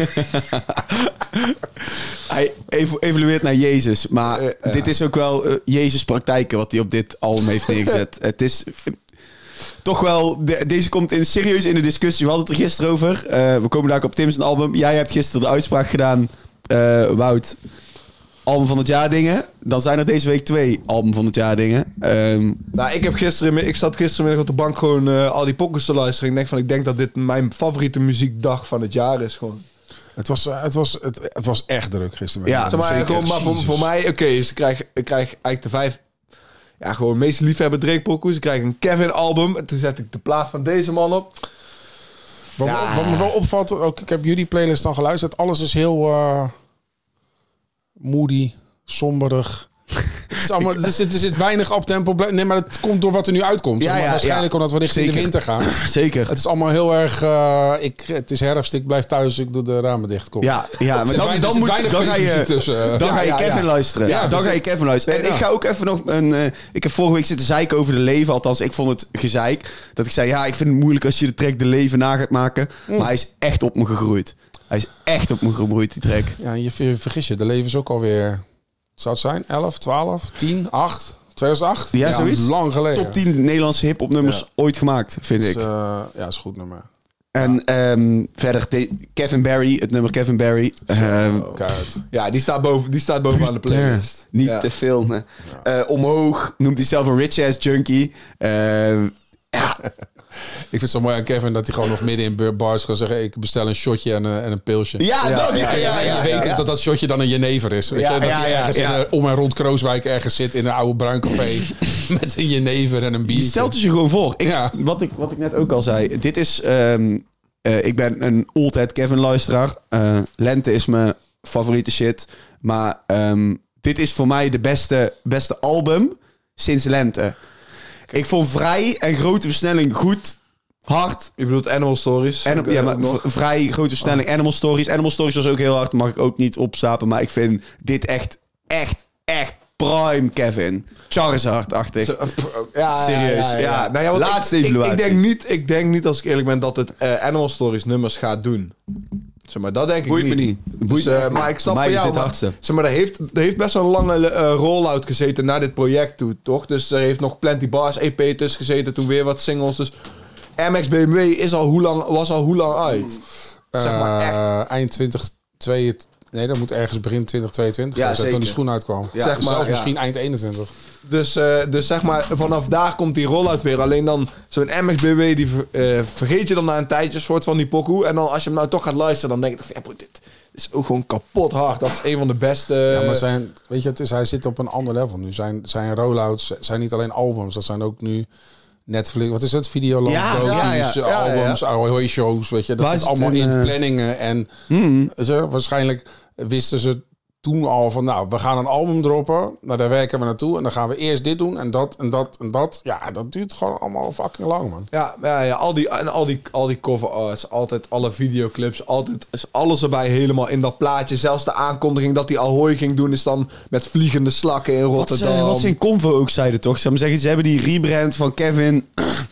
Hij evolueert naar Jezus. Maar dit is ook wel Jezus praktijken wat hij op dit album heeft neergezet. Het is... Toch wel, deze komt serieus in de discussie. We hadden het er gisteren over. We komen daar op Tim's album. Jij hebt gisteren de uitspraak gedaan, Wout. Album van het jaar dingen. Dan zijn er deze week 2 album van het jaar dingen. Nou, ik zat gistermiddag op de bank gewoon al die pokkers te luisteren. Ik denk dat dit mijn favoriete muziekdag van het jaar is gewoon. Het was echt druk gisteren. Ja, Zeg maar, zeker. gewoon, maar voor mij, dus ik krijg eigenlijk de 5... Ja, gewoon meest liefhebber Drake pokoes. Ik krijg een Kevin album. En toen zet ik de plaat van deze man op. Wat me wel opvalt, ook, ik heb jullie playlist dan geluisterd. Alles is heel moody, somberig. Het is allemaal, er zit weinig uptempo. Nee, maar het komt door wat er nu uitkomt. Ja, maar ja, waarschijnlijk omdat we richting de zeker. winter gaan. Zeker. Het is allemaal heel erg... het is herfst, ik blijf thuis, ik doe de ramen dicht. Kom. Ja, maar dan ga je Kevin luisteren. Ja, dan ga je Kevin luisteren. En ik ga ook even nog ik heb vorige week zitten zeiken over de leven. Althans, ik vond het gezeik. Dat ik zei, ik vind het moeilijk als je de track de leven na gaat maken. Maar hij is echt op me gegroeid. Hij is echt op me gegroeid, die track. Ja, je vergis je, de leven is ook alweer... Zou het zijn? 11, 12, 10, 8, 2008? Ja, zoiets. Lang geleden. Top 10 Nederlandse hip-hop nummers ooit gemaakt, vind ik. Is een goed nummer. En verder Kevin Barry, het nummer Kevin Barry. Keihard. Ja, die staat bovenaan de playlist. Niet te filmen. Omhoog noemt hij zelf een rich-ass junkie. Ik vind het zo mooi aan Kevin dat hij gewoon nog midden in bars kan zeggen... ik bestel een shotje en een pilsje. Ja, dat. Je weet ook dat shotje dan een jenever is. Weet je? Dat hij ergens om en rond Krooswijk ergens zit in een oude bruin café... met een jenever en een biertje. Je stelt het je gewoon voor. Wat ik net ook al zei. Dit is... ik ben een oldhead Kevin luisteraar. Lente is mijn favoriete shit. Maar dit is voor mij de beste album sinds Lente. Ik vond Vrij en Grote Versnelling goed, hard. Je bedoelt Animal Stories? Vrij, Grote Versnelling, Animal Stories. Animal Stories was ook heel hard, mag ik ook niet opstapen. Maar ik vind dit echt prime Kevin. Charizard-achtig. Serieus. Ja. Nou ja, laatste evaluatie. Ik denk niet, als ik eerlijk ben, dat het Animal Stories nummers gaat doen. Zeg maar, dat denk ik Boeit me niet. niet. Dus, maar ik snap Voor mij van is jou, dit maar, hardste. zeg maar, er heeft best wel een lange rollout gezeten naar dit project toe, toch? Dus er heeft nog Plenty Bars EP tussen gezeten, toen weer wat singles. Dus MX BMW was al hoe lang uit? Zeg maar echt. Eind 2022. Nee, dat moet ergens begin 2022 Ja, zijn, zeker. toen die schoen uitkwam. Ja, zeg maar, Zelfs ja. misschien eind 21. Dus zeg maar, vanaf daar komt die rollout weer. Alleen dan zo'n MXBW, die vergeet je dan na een tijdje, soort van die pokoe. En dan als je hem nou toch gaat luisteren, dan denk je, ja, bro, dit is ook gewoon kapot hard. Dat is een van de beste... Ja, maar weet je, hij zit op een ander level nu. Zijn rollouts zijn niet alleen albums, dat zijn ook nu Netflix. Wat is het? Videoland, albums, ahoy shows, weet je. Dat zit allemaal in planningen. En weet je, waarschijnlijk wisten ze toen al van, nou, we gaan een album droppen. Nou, daar werken we naartoe. En dan gaan we eerst dit doen en dat en dat en dat. Ja, dat duurt gewoon allemaal fucking lang, man. Ja, al die cover arts, altijd alle videoclips, altijd is alles erbij helemaal in dat plaatje. Zelfs de aankondiging dat hij Ahoy ging doen is dan met vliegende slakken in Rotterdam. Wat ze in Convo ook zeiden, toch? Zou maar zeggen, ze hebben die rebrand van Kevin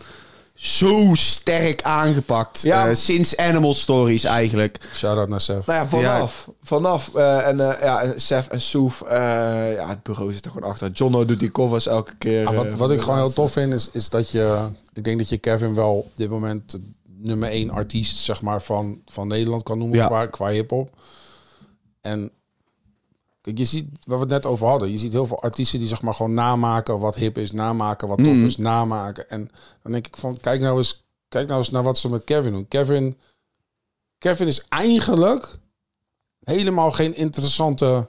zo sterk aangepakt. Ja. Sinds Animal Stories eigenlijk. Shout-out naar Sef. Nou ja, vanaf. Sef en Soef, het bureau zit er gewoon achter. Jono doet die covers elke keer. Wat ik gewoon heel tof vind, is dat ik denk dat je Kevin wel op dit moment de nummer 1 artiest, zeg maar, van Nederland kan noemen qua hiphop. En kijk, je ziet, waar we het net over hadden, je ziet heel veel artiesten die zeg maar gewoon namaken wat hip is, namaken wat tof is, namaken. En dan denk ik van, kijk nou eens naar wat ze met Kevin doen. Kevin is eigenlijk helemaal geen interessante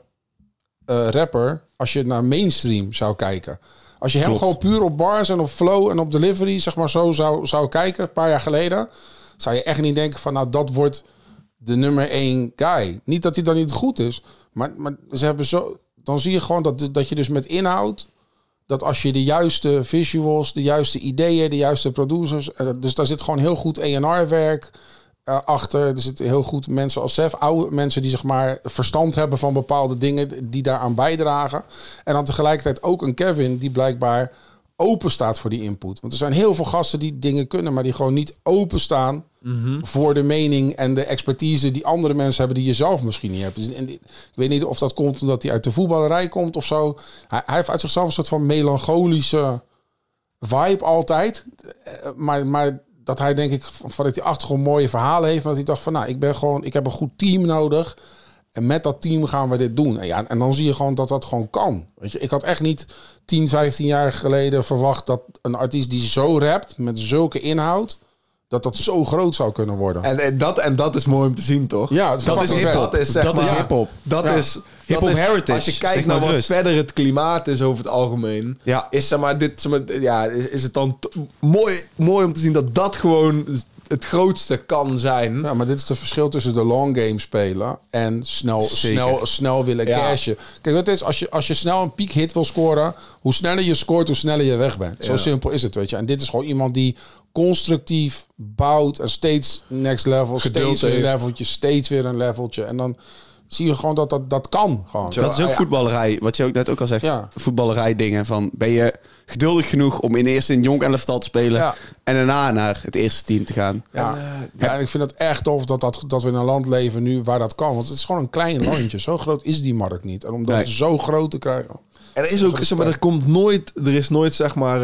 rapper als je naar mainstream zou kijken. Als je hem gewoon puur op bars en op flow en op delivery, zeg maar zo zou kijken, een paar jaar geleden, zou je echt niet denken van, nou, dat wordt de nummer 1 guy. Niet dat hij dan niet goed is, maar ze hebben zo. Dan zie je gewoon dat je dus met inhoud, dat als je de juiste visuals, de juiste ideeën, de juiste producers, dus daar zit gewoon heel goed A&R-werk achter. Er zitten heel goed mensen als Sef, oude mensen die zeg maar verstand hebben van bepaalde dingen die daaraan bijdragen. En dan tegelijkertijd ook een Kevin die blijkbaar open staat voor die input. Want er zijn heel veel gasten die dingen kunnen, maar die gewoon niet openstaan voor de mening en de expertise die andere mensen hebben die je zelf misschien niet hebt. Dus, ik weet niet of dat komt omdat hij uit de voetballerij komt of zo. Hij heeft uit zichzelf een soort van melancholische vibe altijd. Maar dat hij, denk ik, vanuit die achtergrond mooie verhalen heeft. Maar dat hij dacht van, nou, ik heb een goed team nodig. En met dat team gaan we dit doen. En dan zie je gewoon dat gewoon kan. Weet je, ik had echt niet 10, 15 jaar geleden verwacht dat een artiest die zo rapt, met zulke inhoud, dat zo groot zou kunnen worden. En dat is mooi om te zien, toch? Ja, Dat is hip-hop. Dat is hip-hop. Dat is hip-hop heritage. Als je kijkt naar wat verder het klimaat is over het algemeen, is zeg maar is het dan mooi om te zien dat gewoon het grootste kan zijn. Ja, maar dit is het verschil tussen de long game spelen en snel willen cashen. Kijk, wat is, als je snel een piekhit wil scoren, hoe sneller je scoort, hoe sneller je weg bent. Zo simpel is het, weet je. En dit is gewoon iemand die constructief bouwt en steeds next level, steeds weer een leveltje, steeds weer een leveltje. En dan zie je gewoon dat kan. Gewoon. Dat is ook voetballerij, wat je ook net ook al zegt. Ja. Voetballerij dingen van, ben je geduldig genoeg om eerst in jong elftal te spelen en daarna naar het eerste team te gaan. En ik vind het echt tof dat we in een land leven nu waar dat kan. Want het is gewoon een klein landje. Zo groot is die markt niet. En om dat zo groot te krijgen. En er is ook, zeg maar, er is nooit, zeg maar,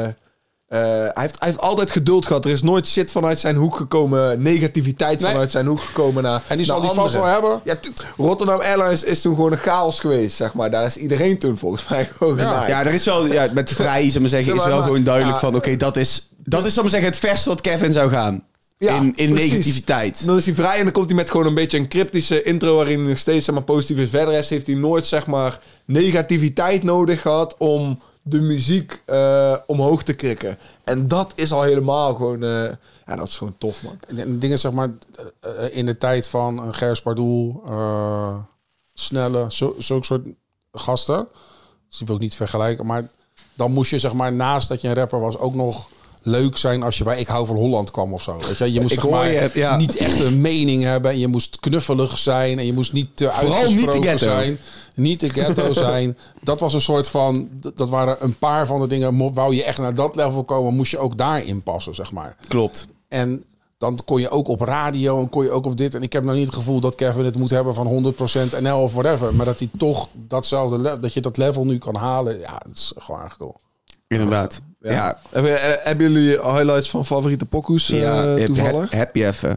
hij heeft altijd geduld gehad. Er is nooit shit vanuit zijn hoek gekomen. Negativiteit vanuit zijn hoek gekomen. En die zal die vast wel hebben. Ja, Rotterdam Airlines is toen gewoon een chaos geweest, zeg maar. Daar is iedereen toen volgens mij gewoon genaaid. Ja, er is wel, met vrij, zeg maar zeggen, is wel gewoon duidelijk van, oké, dat is zal maar zeggen, het verst wat Kevin zou gaan. Ja, in negativiteit. Dan is hij vrij en dan komt hij met gewoon een beetje een cryptische intro waarin hij nog steeds, zeg maar, positief is. Verder heeft hij nooit, zeg maar, negativiteit nodig gehad om de muziek omhoog te krikken. En dat is al helemaal gewoon... dat is gewoon tof, man. En dingen, zeg maar, in de tijd van Gers Pardoel, Snelle, zulke soort gasten. Dat zien we ook niet vergelijken. Maar dan moest je, zeg maar, naast dat je een rapper was, ook nog leuk zijn als je bij Ik Hou van Holland kwam of zo. Weet je? Je moest niet echt een mening hebben. En je moest knuffelig zijn. En je moest niet te uitgesproken zijn. Niet de ghetto zijn. Dat was een soort van... Dat waren een paar van de dingen. Wou je echt naar dat level komen, moest je ook daarin passen, zeg maar. Klopt. En dan kon je ook op radio en kon je ook op dit. En ik heb nou niet het gevoel dat Kevin het moet hebben van 100% NL of whatever. Maar dat hij toch datzelfde dat je dat level nu kan halen. Ja, dat is gewoon echt cool. Inderdaad. Ja. Hebben jullie highlights van favoriete pokoes toevallig? Heb je even.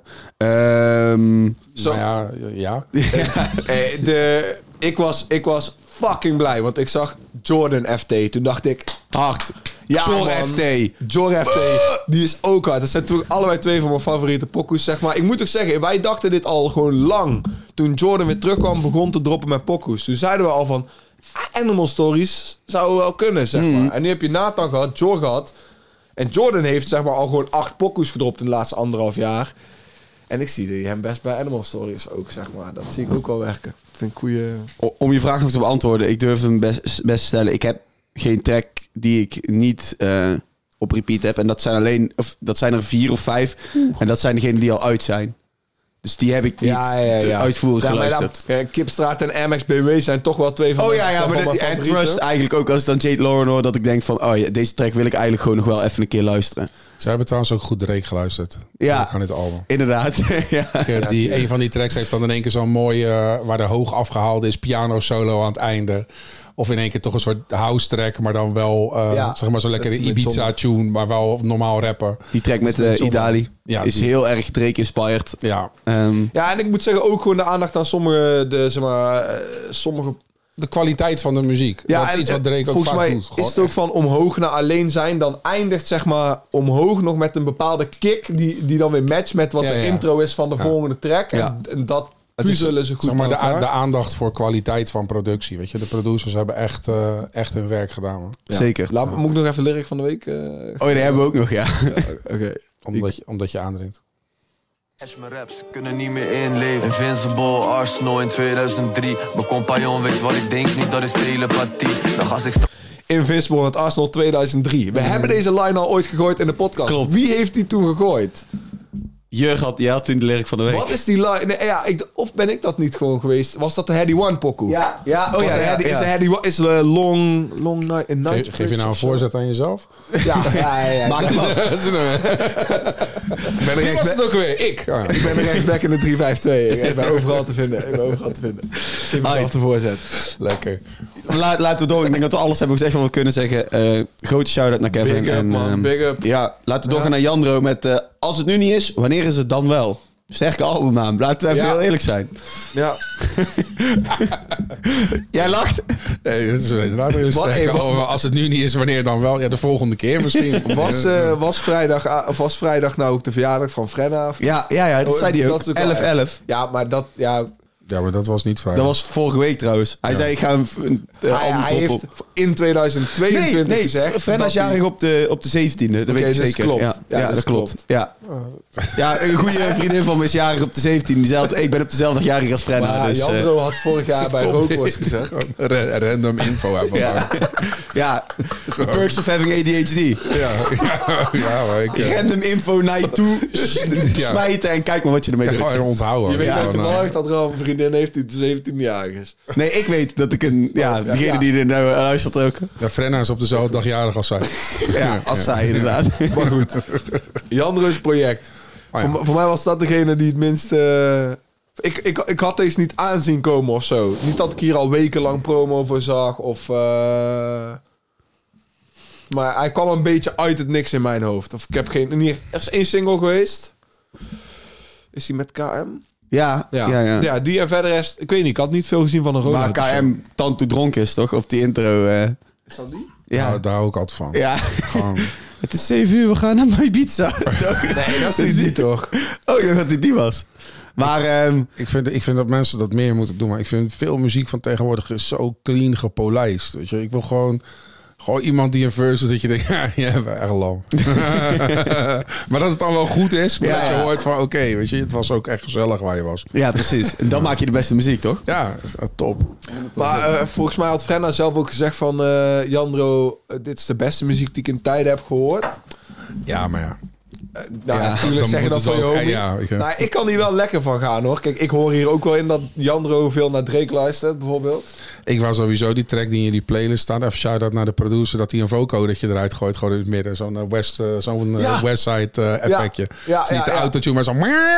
Ik was fucking blij, want ik zag Jordan FT. Toen dacht ik, hard. Ja, Jordan FT, die is ook hard. Dat zijn natuurlijk allebei twee van mijn favoriete pokoes, zeg maar. Ik moet ook zeggen, wij dachten dit al gewoon lang. Toen Jordan weer terugkwam, begon te droppen met pokoes. Toen zeiden we al van, Animal Stories zou wel kunnen, zeg maar. En nu heb je Nathan gehad, Jor gehad. En Jordan heeft, zeg maar, al gewoon 8 pokoes gedropt in de laatste 1,5 jaar. En ik zie hem best bij Animal Stories ook, zeg maar. Dat zie ik ook wel werken. Ik vind goeie... Om je vraag nog te beantwoorden, ik durf hem best stellen. Ik heb geen track die ik niet op repeat heb. En dat zijn er 4 of 5. En dat zijn degenen die al uit zijn. Dus die heb ik niet uitvoerig geluisterd. Kipstraat en MX BMW zijn toch wel twee van mijn favorieten. En Trust eigenlijk ook als ik dan Jade Lauren hoor, dat ik denk van, deze track wil ik eigenlijk gewoon nog wel even een keer luisteren. Ze hebben trouwens ook goed Drake geluisterd. Ja, aan dit album. Inderdaad. Een van die tracks heeft dan in één keer zo'n mooi, waar de hoog afgehaald is, piano solo aan het einde. Of in één keer toch een soort house track, maar dan wel zeg maar zo'n lekkere Ibiza-tune, maar wel normaal rappen. Die track met Idali is heel erg Drake-inspired. Ja. En ik moet zeggen, ook gewoon de aandacht aan sommige de kwaliteit van de muziek. Ja, dat is iets wat Drake ook vaak doet. Is het ook van omhoog naar alleen zijn, dan eindigt zeg maar omhoog nog met een bepaalde kick die dan weer matcht met wat de intro is van de volgende track. En dat puzzelen ze goed, zeg maar, de aandacht voor kwaliteit van productie. Weet je, de producers hebben echt hun werk gedaan. Man. Ja. Zeker. Moet ik nog even lyric van de week? Die hebben we ook nog, ja. Oké. Omdat je aandringt. Mijn raps kunnen niet meer inleven. Invincible, Arsenal in 2003. Mijn compagnon weet wat ik denk, niet dat is telepathie. Dan als ik Invincible met Arsenal 2003. We hebben deze line al ooit gegooid in de podcast. Klopt. Wie heeft die toen gegooid? Jij had toen de lyric van de week. Wat is die line? Nee, of ben ik dat niet gewoon geweest? Was dat de Heady One pokoe? Ja. Is long night. Geef je nou een voorzet aan jezelf? Ja. Maak hem af. Wie was het ook weer? Ik. Ik ben de rechtsback in de 3-5-2. Ik ben overal te vinden. Geef mezelf de voorzet. Lekker. Laten we door. Ik denk dat we alles hebben gezegd wat we kunnen zeggen. Grote shout-out naar Kevin. Big up, man. Big up. Ja, laten we doorgaan naar Jandro met... als het nu niet is, wanneer is het dan wel? Sterke albumnaam. Laten we even heel eerlijk zijn. Ja. Jij lacht. Nee, dat is inderdaad een sterke album. Als het nu niet is, wanneer dan wel? Ja, de volgende keer misschien. Was vrijdag nou ook de verjaardag van Frenna? Ja, dat zei hij ook. 11-11. Ja, maar dat... Ja, maar dat was niet vrijdag. Dat was vorige week trouwens. Hij zei, ik ga hij heeft in 2022 gezegd... Frenna is jarig op de 17e. Dat weet ik zeker. Klopt. Ja, dat klopt. Ja, een goede vriendin van me is jarig op de 17e. Die zei altijd, ik ben op dezelfde dag jarig als Frenna. Dus, Jandro had vorig jaar bij Rookworst gezegd. Random info hebben. Ja, the perks of having ADHD. Random info naar je toe smijten en kijk maar wat je ermee doet. Gewoon onthouden. Je weet toevallig dat er al een vriendin heeft die 17-jarig is. Nee, ik weet dat ik diegene die er nou luistert ook. Ja, Frenna is op dezelfde dag jarig als zij. Als zij inderdaad. Maar goed. Jandro's project. Voor mij was dat degene die het minst... Ik had deze niet aanzien komen of zo. Niet dat ik hier al wekenlang promo voor zag of... Maar hij kwam een beetje uit het niks in mijn hoofd. Of ik heb er is 1 single geweest. Is hij met KM? Ja, die en verder rest... Ik weet niet, ik had niet veel gezien van een rode. Maar KM Tanto dronken is, toch? Of die intro... Is dat die? Ja. Nou, daar hou ik altijd van. Ja. Gewoon... Het is 7 uur, we gaan naar mijn pizza. Nee, dat is niet die toch? Oh, ik dacht dat die was. Maar ik vind dat mensen dat meer moeten doen. Maar ik vind veel muziek van tegenwoordig is zo clean gepolijst. Weet je, ik wil gewoon iemand die een verse dat je denkt, je bent echt lam. Maar dat het dan wel goed is. Maar dat je hoort van, oké, weet je, het was ook echt gezellig waar je was. Ja, precies. En dan maak je de beste muziek, toch? Ja, top. Maar volgens mij had Frenna zelf ook gezegd van, Jandro, dit is de beste muziek die ik in tijden heb gehoord. Ja, maar ja. natuurlijk zeg je dat van je homie. Ik kan hier wel lekker van gaan, hoor. Kijk, ik hoor hier ook wel in dat Jandro veel naar Drake luistert, bijvoorbeeld. Ik wou sowieso die track die in die playlist staat. Even shout-out naar de producer dat hij een vocodetje eruit gooit. Gewoon in het midden. Zo'n Westside effectje. Zie je de autotune maar zo...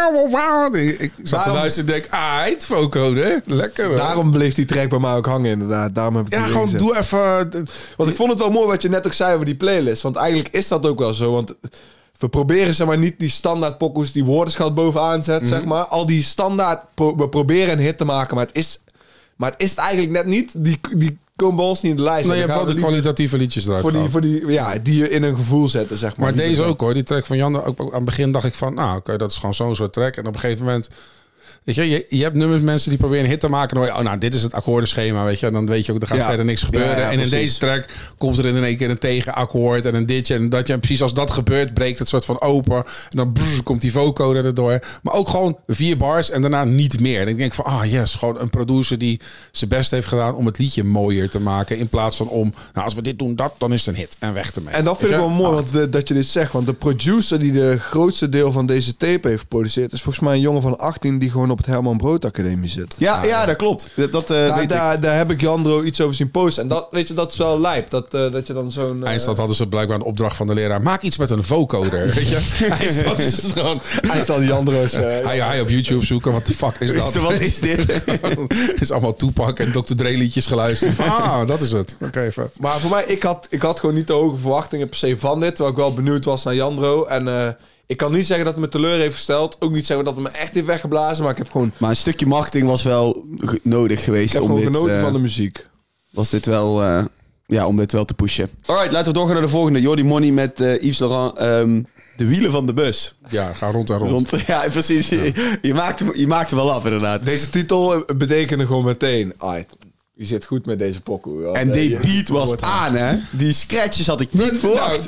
Ik zat te luisteren en denk... het vocode. Lekker. Daarom bleef die track bij mij ook hangen, inderdaad. Daarom heb ik gewoon gezet. Doe even... Want ik vond het wel mooi wat je net ook zei over die playlist. Want eigenlijk is dat ook wel zo. Want we proberen zeg maar niet die standaard pokoes die woordenschat bovenaan zet, zeg maar. Al die standaard... we proberen een hit te maken, maar het is het eigenlijk net niet. Die komen bij ons niet in de lijst. Nee, je hebt wel de kwalitatieve liedjes eruit die je in een gevoel zetten, zeg maar. Maar deze ook, hoor. Die track van Jan, ook aan het begin dacht ik van... oké, dat is gewoon zo'n soort track. En op een gegeven moment... Weet je hebt nummers mensen die proberen een hit te maken. Dan hoor je, dit is het akkoordenschema, weet je. En dan weet je ook, er gaat verder niks gebeuren. En in deze track komt er in één keer een tegenakkoord en een ditje en datje. En precies als dat gebeurt, breekt het soort van open. En dan komt die vocode erdoor. Maar ook gewoon 4 bars en daarna niet meer. En ik denk van, yes, gewoon een producer die zijn best heeft gedaan om het liedje mooier te maken. In plaats van als we dit doen, dan is het een hit. En weg ermee. En dat vind ik wel mooi dat je dit zegt. Want de producer die de grootste deel van deze tape heeft geproduceerd, is volgens mij een jongen van 18 die gewoon op het Herman Brood Academie zit. Ja, dat klopt. Daar heb ik Jandro iets over zien posten. En dat is wel lijp. Dat je dan zo'n... Eindstand hadden ze blijkbaar een opdracht van de leraar. Maak iets met een vocoder. Weet je? Eindstand is het gewoon... Eindstand Jandro's... Hij op YouTube zoeken. Wat de fuck is dat? Wat is dit? Het is allemaal Tupac en Dr. Dre liedjes geluisterd. Dat is het. Oké, vet. Maar voor mij, ik had gewoon niet de hoge verwachtingen per se van dit. Terwijl ik wel benieuwd was naar Jandro. En... ik kan niet zeggen dat het me teleur heeft gesteld. Ook niet zeggen dat het me echt heeft weggeblazen. Maar ik heb gewoon... Maar een stukje marketing was wel nodig geweest. Ik heb gewoon genoten van de muziek. Was dit wel... om dit wel te pushen. Alright, laten we doorgaan naar de volgende. Jordi Money met Yves Laurent. De wielen van de bus. Ja, ga rond en rond. Ja, precies. Ja. Je maakt er wel af, inderdaad. Deze titel betekende gewoon meteen... Je zit goed met deze pokoe. En die beat was aan, hè? Die scratches had ik niet verwacht.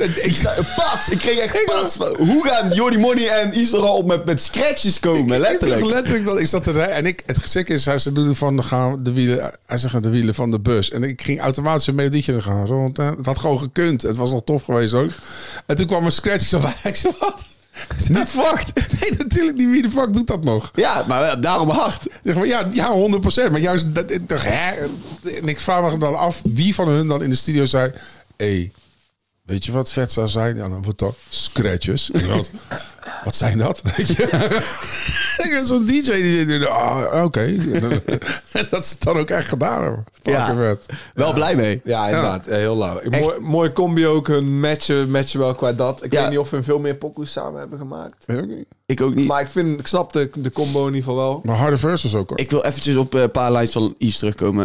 Ik kreeg echt pats. Hoe gaan Jordi Money en Israël op met scratches komen? Letterlijk. Dat ik zat te rijden. En het gezicht is, ze doen van de wielen. Hij zegt de wielen van de bus. En ik ging automatisch een melodietje gaan. Zo, want het had gewoon gekund. Het was nog tof geweest ook. En toen kwam een scratch. Ik zei, wat? Niet verwacht. Nee, natuurlijk niet. Wie de fuck doet dat nog? Ja, maar daarom hard. Ja, 100%. Maar juist, en ik vraag me dan af wie van hun dan in de studio zei... weet je wat vet zou zijn? Ja, dan wordt dat scratches. Wat zijn dat? Weet je? Zo'n DJ die doet... oké. Dat ze het dan ook echt gedaan hebben. Vet. Wel blij mee. Ja, inderdaad. Heel lauw. Mooi combi ook. Hun matchen wel qua dat. Ik weet niet of we veel meer pokoes samen hebben gemaakt. Ik ook niet. Maar ik snap de combo in ieder geval wel. Maar harde verses ook, hoor. Ik wil eventjes op een paar lijns van Yves terugkomen.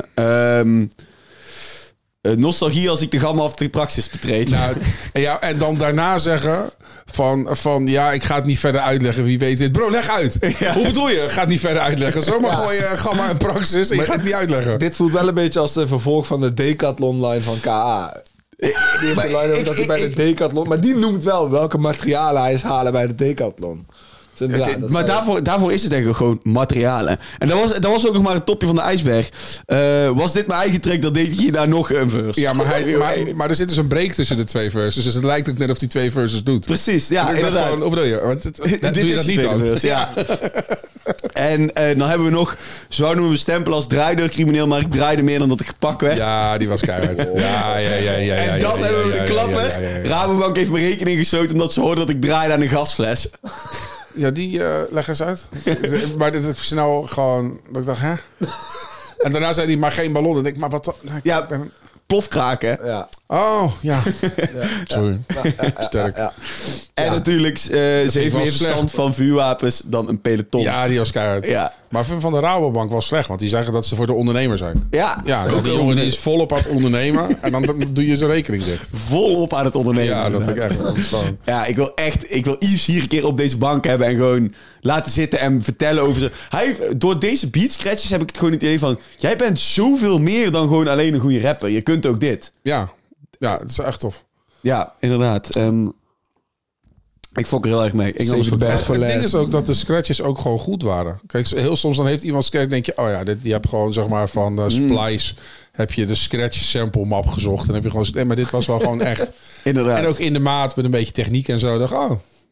Nostalgie als ik de gamma praxis betreed. En dan daarna zeggen van ik ga het niet verder uitleggen. Wie weet dit. Bro, leg uit. Ja. Hoe bedoel je? Ga het niet verder uitleggen. Zomaar gooi je gamma en praxis en je gaat het niet uitleggen. Dit voelt wel een beetje als de vervolg van de Decathlon-line van KA. Die heeft een line over dat hij bij de Decathlon... Maar die noemt wel welke materialen hij is halen bij de Decathlon. Maar daarvoor is het eigenlijk gewoon materialen. En dat was ook nog maar het topje van de ijsberg. Was dit mijn eigen track, dan deed hij hierna nog een verse. Ja, maar er zit dus een break tussen de 2 verses. Dus het lijkt ook net of hij 2 verses doet. Precies, ja, inderdaad. Hoe bedoel je? Doe je dat niet dan? Verse, ja. En dan hebben we nog... Zo noemen we stempel als draaideurcrimineel, maar ik draaide meer dan dat ik gepakt werd. Ja, die was keihard. Ja. En dan hebben we de klappen. Rabobank heeft mijn rekening gesloten omdat ze hoorden dat ik draaide aan een gasfles. Ja, die leg eens uit. Maar dit is snel gewoon... Dat ik dacht, hè? En daarna zei hij, maar geen ballon. En ik, maar wat... Plofkraken. Ja. Oh, ja. Sorry. Sterk. Ja. En natuurlijk, ze heeft meer verstand van vuurwapens dan een peloton. Ja, die was keihard. Ja. Maar van de Rabobank was slecht, want die zeggen dat ze voor de ondernemer zijn. Ja. Die jongen die is volop aan het ondernemen en dan doe je zijn rekening dicht. Volop aan het ondernemen. Ja, dat vind ik echt ontstaan. Ja, ik wil Yves hier een keer op deze bank hebben en gewoon laten zitten en vertellen over ze. Door deze beat scratches heb ik het gewoon het idee van, jij bent zoveel meer dan gewoon alleen een goede rapper. Je kunt ook dit. Ja, het is echt tof. Ja, inderdaad. Ik fok er heel erg mee. Het ding is ook dat de scratches ook gewoon goed waren. Kijk, heel soms dan heeft iemand scratch, denk je, die heb gewoon zeg maar van Splice heb je de scratch sample map gezocht en heb je gewoon, maar dit was wel gewoon echt. Inderdaad. En ook in de maat met een beetje techniek en zo. Dacht,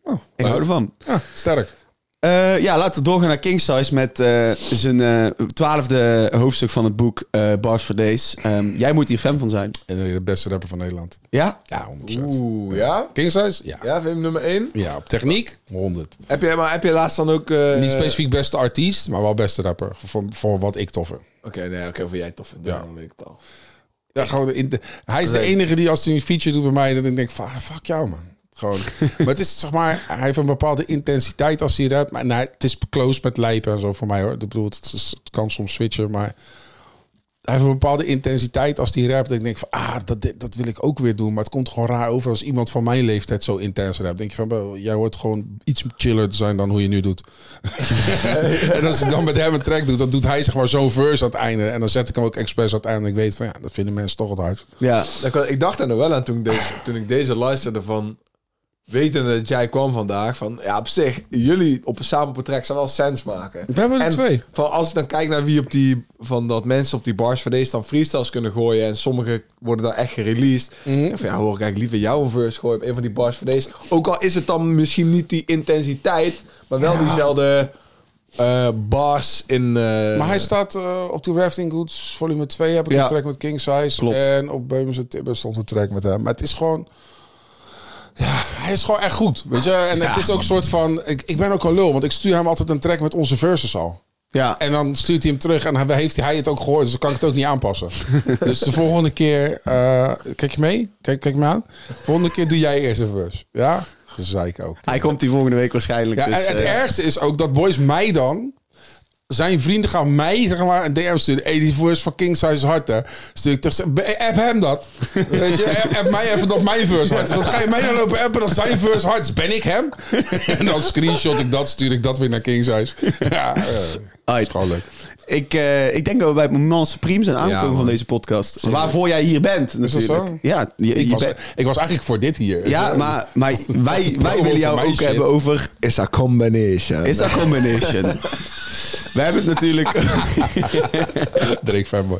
Ik hou ervan. Ja, sterk. Laten we doorgaan naar King Size met zijn 12e hoofdstuk van het boek Bars for Days. Jij moet hier fan van zijn. En de beste rapper van Nederland. Ja? Ja, 100%. Oeh, ja? King Size? Ja. Ja, vind je hem nummer 1? Ja, op techniek 100. Heb je laatst dan ook... Niet specifiek beste artiest, maar wel beste rapper. Voor wat ik tof vind. Oké, voor jij tof vindt. Ja. Dan weet ik het al. Ja, gewoon hij is de enige die als hij een feature doet bij mij, dan denk ik van, fuck jou man. Gewoon. Maar het is zeg maar, hij heeft een bepaalde intensiteit als hij rapt. Maar het is close met lijpen en zo voor mij hoor. Ik bedoel, het kan soms switchen, maar hij heeft een bepaalde intensiteit als hij rapt. Dat ik denk van, dat wil ik ook weer doen. Maar het komt gewoon raar over als iemand van mijn leeftijd zo intens rapt. Denk je van, jij hoort gewoon iets chiller te zijn dan hoe je nu doet. En als ik dan met hem een track doe, dan doet hij zeg maar zo'n verse aan het einde. En dan zet ik hem ook expres aan het einde. En ik weet van, dat vinden mensen toch het hard. Ja. Ik dacht er nog wel aan toen ik deze luisterde van... Wetende dat jij kwam vandaag, van ja, op zich, jullie samen op een track zou wel sens maken. We hebben er 2. Van als ik dan kijk naar wie dat mensen op die Bars for Days dan freestyles kunnen gooien en sommige worden dan echt gereleased. En van hoor ik eigenlijk liever jou een verse gooien op een van die Bars for Days. Ook al is het dan misschien niet die intensiteit, maar wel diezelfde bars in... Maar hij staat op die Rafting Goods volume 2 heb ik een track met King Size. Klopt. En op Beumers en Tibber stond een track met hem. Maar het is gewoon... Ja, hij is gewoon echt goed, weet je. En het is ook een soort van... Ik ben ook een lul, want ik stuur hem altijd een track met onze verses al. Ja. En dan stuurt hij hem terug en heeft hij het ook gehoord. Dus dan kan ik het ook niet aanpassen. Dus de volgende keer... kijk je mee? Kijk me aan. De volgende keer doe jij eerst een verse. Ja? Gezeik ook. Hij komt die volgende week waarschijnlijk. Ja, dus, en het ergste is ook dat boys mij dan... Zijn vrienden gaan mij zeg maar een DM sturen. Hey, die verse van King Size is hard, hè? Stuur ik toch, app hem dat. Weet je, app mij even dat mijn verse hard is. Wat ga je mij nou lopen appen dat zijn verse hard is? Ben ik hem? En dan screenshot ik dat, stuur ik dat weer naar King Size. Ja, dat is gewoon leuk. Ik denk dat we bij het moment supreme zijn aangekomen man. van deze podcast. Waarvoor jij hier bent, natuurlijk. zo? Ja, Ik was eigenlijk voor dit hier. ja, maar wij willen jou ook hebben over... Is a combination. Is a combination. We hebben het natuurlijk... Drake fanboy.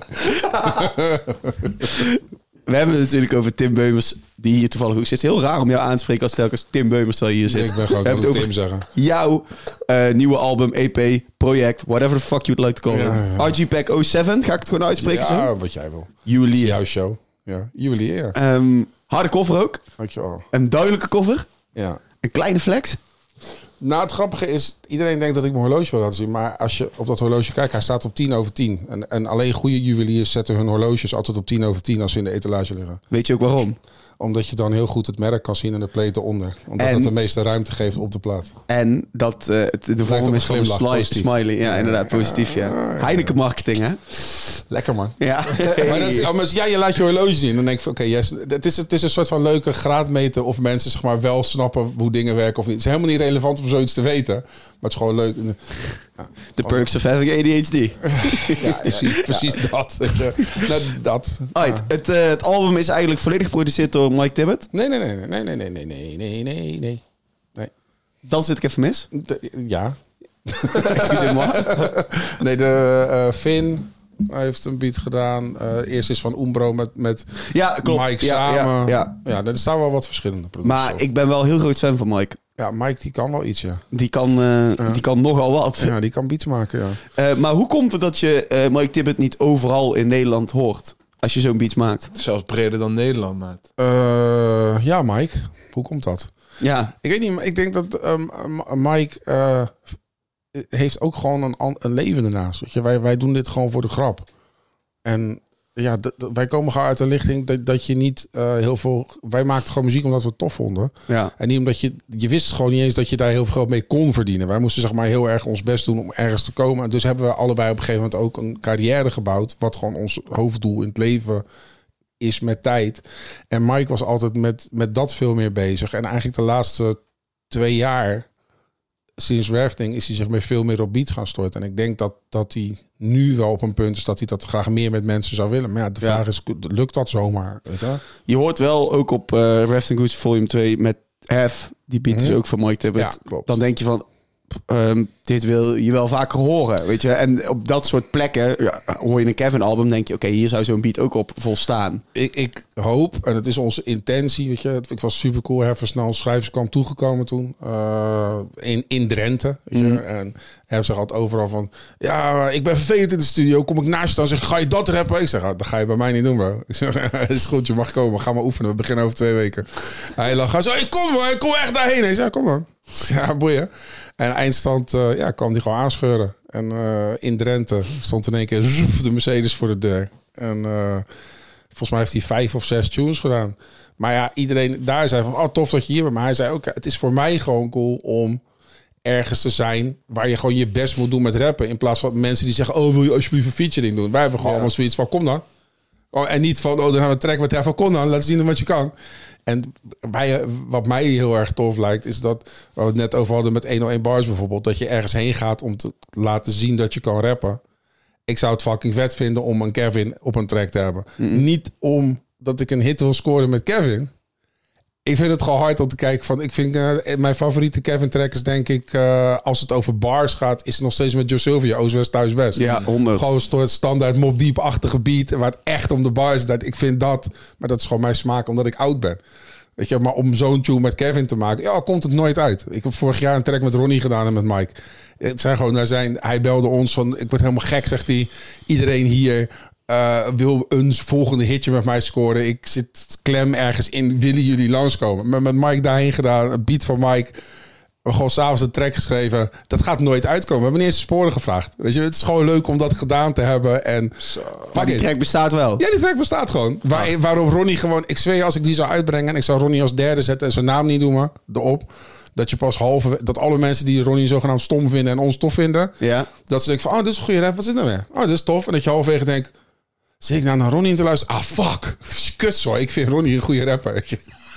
We hebben het natuurlijk over Tim Beumers, die hier toevallig ook zit. Heel raar om jou aan te spreken als telkens Tim Beumers terwijl je hier zit. Ik ben gewoon We hebben het Tim zeggen. jouw nieuwe album, EP, project, whatever the fuck you would like to call it. RG Pack 07, ga ik het gewoon uitspreken zo? Ja, wat jij wil. Juwelier. Jouw show. Ja, juwelier. Ja. Harde cover ook. Dankjewel. Een duidelijke cover. Ja. Een kleine flex. Nou, het grappige is, iedereen denkt dat ik mijn horloge wil laten zien. Maar als je op dat horloge kijkt, hij staat op 10 over 10. En alleen goede juweliers zetten hun horloges altijd op 10 over 10 als ze in de etalage liggen. Weet je ook waarom? Omdat je dan heel goed het merk kan zien en de plate eronder. Omdat het de meeste ruimte geeft op de plaat. En dat de vorm op is van een een glimlach, positief. smiley. Ja, inderdaad, positief. Ja. Heineken marketing, hè? Lekker man. Ja. Maar dat is, je laat je horloge zien. Dan denk ik van, oké, yes, het is een soort van leuke graadmeter of mensen zeg maar wel snappen hoe dingen werken of niet. Het is helemaal niet relevant om zoiets te weten. Maar het is gewoon leuk. The perks of having ADHD. Precies dat. Dat. Alright, het album is eigenlijk volledig geproduceerd door Mike Tibbet. Nee. Dan zit ik even mis. Ja. Excusez-moi. Nee, de Finn heeft een beat gedaan. Eerst is van Umbro met Ja, klopt. Mike Ja, samen. ja. Er staan wel wat verschillende producten. Maar ik ben wel heel groot fan van Mike. Ja, Mike die kan wel iets, ja. Die kan nogal wat. Ja, die kan beats maken, ja. Maar hoe komt het dat je Mike Tibbet niet overal in Nederland hoort? Als je zo'n beats maakt. Zelfs breder dan Nederland, maat. Ja, Mike. Hoe komt dat? Ja. Ik weet niet, maar ik denk dat Mike heeft ook gewoon een leven ernaast. Weet je? Wij doen dit gewoon voor de grap. En ja, wij komen gewoon uit een lichting dat je niet heel veel... Wij maakten gewoon muziek omdat we het tof vonden. Ja. En niet omdat je wist gewoon niet eens dat je daar heel veel geld mee kon verdienen. Wij moesten zeg maar heel erg ons best doen om ergens te komen. En dus hebben we allebei op een gegeven moment ook een carrière gebouwd. Wat gewoon ons hoofddoel in het leven is met tijd. En Mike was altijd met dat veel meer bezig. En eigenlijk de laatste 2 jaar... Sinds Rafting is hij zich veel meer op beats gaan storten. En ik denk dat hij nu wel op een punt is dat hij dat graag meer met mensen zou willen. Maar ja, de vraag is, lukt dat zomaar? Weet je? Je hoort wel ook op Rafting Goods Volume 2 met F. Die beat is ook van Mike Tibbet. Ja, klopt. Dan denk je van, dit wil je wel vaker horen, weet je. En op dat soort plekken hoor je een Kevin-album, denk je, oké, hier zou zo'n beat ook op volstaan. Ik hoop, en het is onze intentie, weet je. Ik was super cool. Snel schrijverskamp toegekomen toen. In Drenthe. Weet je? En hij zegt altijd overal van... Ja, ik ben vervelend in de studio. Kom ik naast je staan en zeg, ga je dat rappen? Ik zeg, dat ga je bij mij niet doen, bro. Ik zeg, het is goed, je mag komen. Ga maar oefenen. We beginnen over 2 weken. Hij lag, zo, ik kom echt daarheen. Ik zeg, kom dan. Ja, boeien. En eindstand kwam die gewoon aanscheuren. En in Drenthe stond in één keer de Mercedes voor de deur. En volgens mij heeft hij 5 of 6 tunes gedaan. Maar ja, iedereen daar zei van, tof dat je hier bent. Maar hij zei ook, het is voor mij gewoon cool om ergens te zijn waar je gewoon je best moet doen met rappen. In plaats van mensen die zeggen, wil je alsjeblieft een featuring doen? Wij hebben gewoon allemaal zoiets van, kom dan. En niet van, dan gaan we trekken met van, kom dan, laat zien wat je kan. En wat mij heel erg tof lijkt, is dat, waar we het net over hadden met 101 Bars bijvoorbeeld, dat je ergens heen gaat om te laten zien dat je kan rappen. Ik zou het fucking vet vinden om een Kevin op een track te hebben. Niet omdat ik een hit wil scoren met Kevin. Ik vind het gewoon hard om te kijken van... Ik vind mijn favoriete Kevin track is denk ik... als het over bars gaat... is het nog steeds met Joe Sylvia. Oost-West thuis best. Ja, 100. Gewoon standaard Mobb Deep-achtige beat... waar het echt om de bars gaat. Ik vind dat... Maar dat is gewoon mijn smaak omdat ik oud ben. Weet je, maar om zo'n tune met Kevin te maken... Ja, komt het nooit uit. Ik heb vorig jaar een track met Ronnie gedaan en met Mike. Het zijn gewoon... Hij belde ons van... Ik word helemaal gek, zegt hij. Iedereen hier... wil een volgende hitje met mij scoren. Ik zit klem ergens in. Willen jullie langskomen? Met Mike daarheen gedaan. Een beat van Mike. Gewoon s'avonds een track geschreven. Dat gaat nooit uitkomen. We hebben niet eens sporen gevraagd. Weet je, het is gewoon leuk om dat gedaan te hebben. En maar die track bestaat wel. Ja, die track bestaat gewoon. Waarop Ronnie gewoon... Ik zweer, als ik die zou uitbrengen... en ik zou Ronnie als derde zetten... en zijn naam niet noemen, erop... dat je pas dat alle mensen die Ronnie zogenaamd stom vinden... en ons tof vinden... dat ze denken van... dit is een goede rap, wat zit nou weer? Dit is tof. En dat je halverwege denkt... zit ik nou naar Ronnie te luisteren? Fuck. Kut zo. Ik vind Ronnie een goede rapper.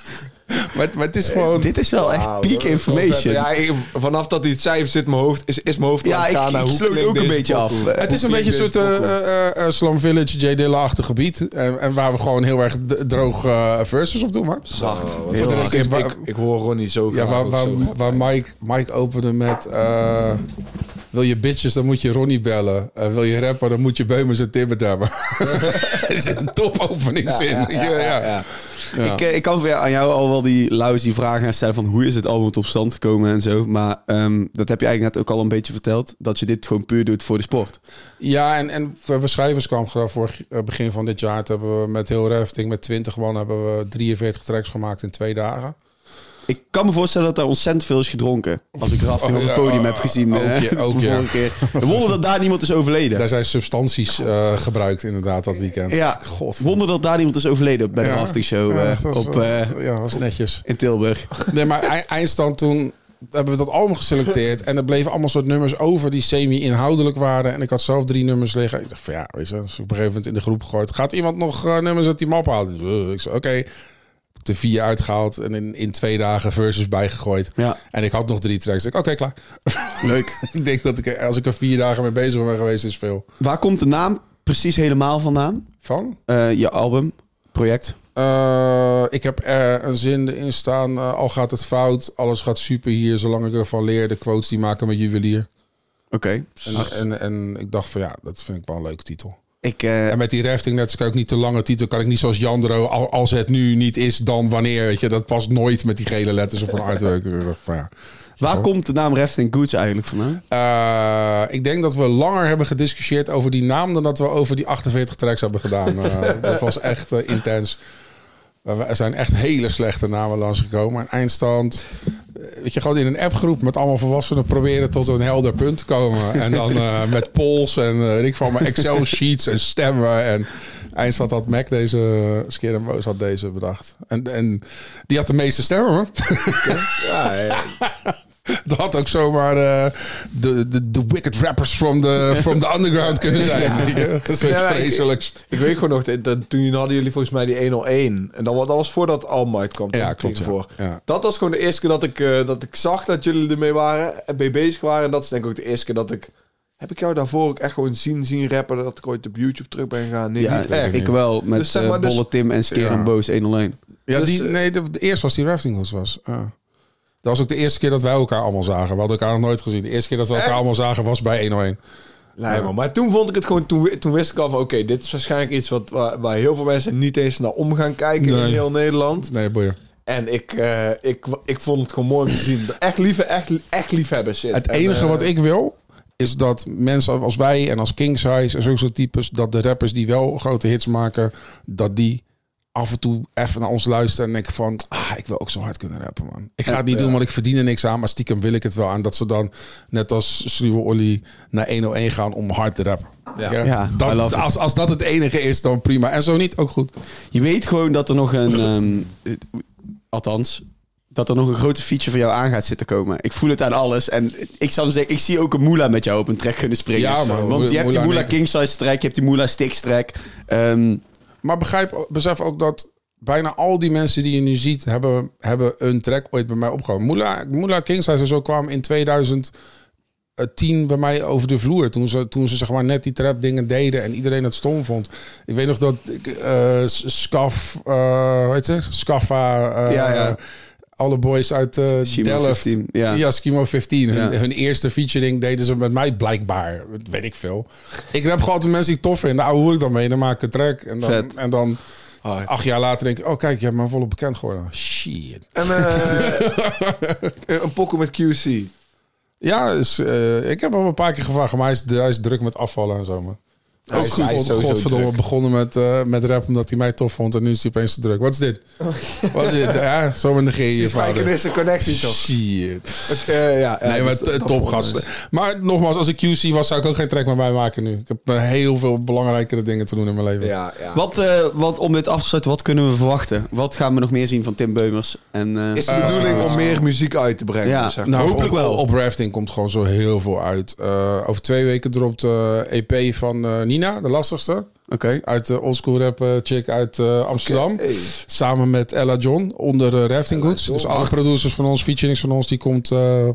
maar het is gewoon... Dit is wel echt peak information. Ja, vanaf dat hij het cijfer zit in mijn hoofd... is mijn hoofd aan het gaan naar hoe sloot ook een beetje af. Het is een beetje een soort Slum Village, J Dilla-achtig gebied. En waar we gewoon heel erg droog verses op doen, maar. Zacht. Ik hoor Ronnie zo graag. Ja, waar Mike opende met... wil je bitches, dan moet je Ronnie bellen. Wil je rappen, dan moet je Beumers en Tibbet hebben. Dat is een top openingszin. Ja. Ik kan voor aan jou al wel die lousy vragen gaan stellen van hoe is het album tot stand gekomen en zo. Maar dat heb je eigenlijk net ook al een beetje verteld. Dat je dit gewoon puur doet voor de sport. Ja, en we hebben schrijverskamp gedaan begin van dit jaar. Toen hebben we met heel Rafting, met 20 man, hebben we 43 tracks gemaakt in 2 dagen. Ik kan me voorstellen dat daar ontzettend veel is gedronken. Als ik Rafting op het podium heb gezien. Ook keer. Wonder dat daar niemand is overleden. Daar zijn substanties gebruikt inderdaad dat weekend. Ja, God. Wonder dat daar niemand is overleden bij de Rafting show. Was netjes. In Tilburg. Nee, maar eindstand toen hebben we dat album geselecteerd. En er bleven allemaal soort nummers over die semi-inhoudelijk waren. En ik had zelf 3 nummers liggen. Ik dacht van weet je, dus op een gegeven moment in de groep gegooid. Gaat iemand nog nummers uit die map halen? Ik zei oké. De 4 uitgehaald en in 2 dagen verses bijgegooid. Ja. En ik had nog 3 tracks. Oké, klaar. Leuk. Ik denk dat als ik er 4 dagen mee bezig ben geweest, is veel. Waar komt de naam precies helemaal vandaan? Van? Je album, project. Ik heb er een zin in staan. Al gaat het fout, alles gaat super hier. Zolang ik ervan leer, de quotes die maken met juwelier. Oké. En ik dacht van dat vind ik wel een leuke titel. En met die Rafting net kan ik niet te lange titel. Kan ik niet zoals Jandro. Als het nu niet is, dan wanneer. Weet je, dat past nooit met die gele letters op een artwork. Waar komt de naam Rafting Goods eigenlijk vandaan? Ik denk dat we langer hebben gediscussieerd over die naam dan dat we over die 48 tracks hebben gedaan. Dat was echt intens. Er zijn echt hele slechte namen langsgekomen. En eindstand... Weet je, gewoon in een appgroep met allemaal volwassenen proberen tot een helder punt te komen. En dan met polls en ik van mijn Excel sheets en stemmen. En eindstand had Mac Skeer en Boos had deze bedacht. En die had de meeste stemmen, hoor. Ja. Dat had ook zomaar de wicked rappers from the underground kunnen zijn. Dat is iets vreselijks. Ik weet gewoon nog, toen hadden jullie volgens mij die 101. En dat was voordat Alm uitkwam. Ja, klopt. Ja. Dat was gewoon de eerste keer dat ik zag dat jullie ermee waren en mee bezig waren. En dat is denk ik ook de eerste keer dat ik... Heb ik jou daarvoor ook echt gewoon zien rappen dat ik ooit op YouTube terug ben gegaan? Nee, ja, niet echt. Ik wel. Met dus, Bolle Tim en Skeer en Boos 101. Ja, de eerste was die Rafting was. was ook de eerste keer dat wij elkaar allemaal zagen. We hadden elkaar nog nooit gezien. De eerste keer dat we elkaar allemaal zagen was bij 101. Nee, man. Maar toen vond ik het gewoon... Toen wist ik al van... Oké, dit is waarschijnlijk iets waar heel veel mensen niet eens naar om gaan kijken in heel Nederland. Nee, boeien. En ik vond het gewoon mooi om te zien. Echt liefhebben shit. Het enige wat ik wil... is dat mensen als wij en als King Size en zulke soort types... dat de rappers die wel grote hits maken... dat die af en toe even naar ons luisteren en denken van... ik wil ook zo hard kunnen rappen, man. Ik ga het niet doen, want ik verdien er niks aan... maar stiekem wil ik het wel aan. Dat ze dan, net als Sluwe Olly, naar 101 gaan om hard te rappen. Ja, als dat het enige is, dan prima. En zo niet, ook goed. Je weet gewoon dat er nog een... althans... dat er nog een grote feature van jou aan gaat zitten komen. Ik voel het aan alles. En ik zou zeggen, ik zie ook een Moela met jou op een track kunnen springen. Ja, man. Want je hebt die Moela King Size track, je hebt die Moela Sticks track. Maar besef ook dat bijna al die mensen die je nu ziet... hebben een track ooit bij mij opgehouden. Moela King Size en zo kwam in 2010 bij mij over de vloer. Toen ze zeg maar net die trap dingen deden en iedereen het stom vond. Ik weet nog dat Scaffa... alle boys uit Delft. 15, ja, Schemo 15. Hun eerste featuring deden ze met mij blijkbaar. Weet ik veel. Ik heb gewoon altijd mensen die ik tof vind. Nou, hoe ik dan mee? Dan maak ik een track. En dan 8 jaar later denk ik... Oh, kijk, je hebt me volop bekend geworden. Shit. En een pokken met QC. Ja, dus, ik heb hem een paar keer gevraagd. Maar hij is druk met afvallen en zo, man. Hij is sowieso Godverdomme, begonnen met rap omdat hij mij tof vond en nu is hij opeens te druk. Wat is dit? Wat is dit? Ja, zo negeer je je vader. Het is een connectie toch? Shit. Nee, maar topgast. Maar nogmaals, als ik QC was, zou ik ook geen track met mij maken nu. Ik heb heel veel belangrijkere dingen te doen in mijn leven. Ja. Wat om dit af te sluiten, wat kunnen we verwachten? Wat gaan we nog meer zien van Tim Beumers? En, is de bedoeling om meer muziek uit te brengen? Ja, zeg. Nou, hopelijk wel. Op Rafting komt gewoon zo heel veel uit. Over 2 weken dropt EP van Nina, de lastigste. Oké. Uit de oldschool rap chick uit Amsterdam. Okay. Samen met Ella John onder Rafting Goods. Dus alle producers van ons, featurings van ons, die komt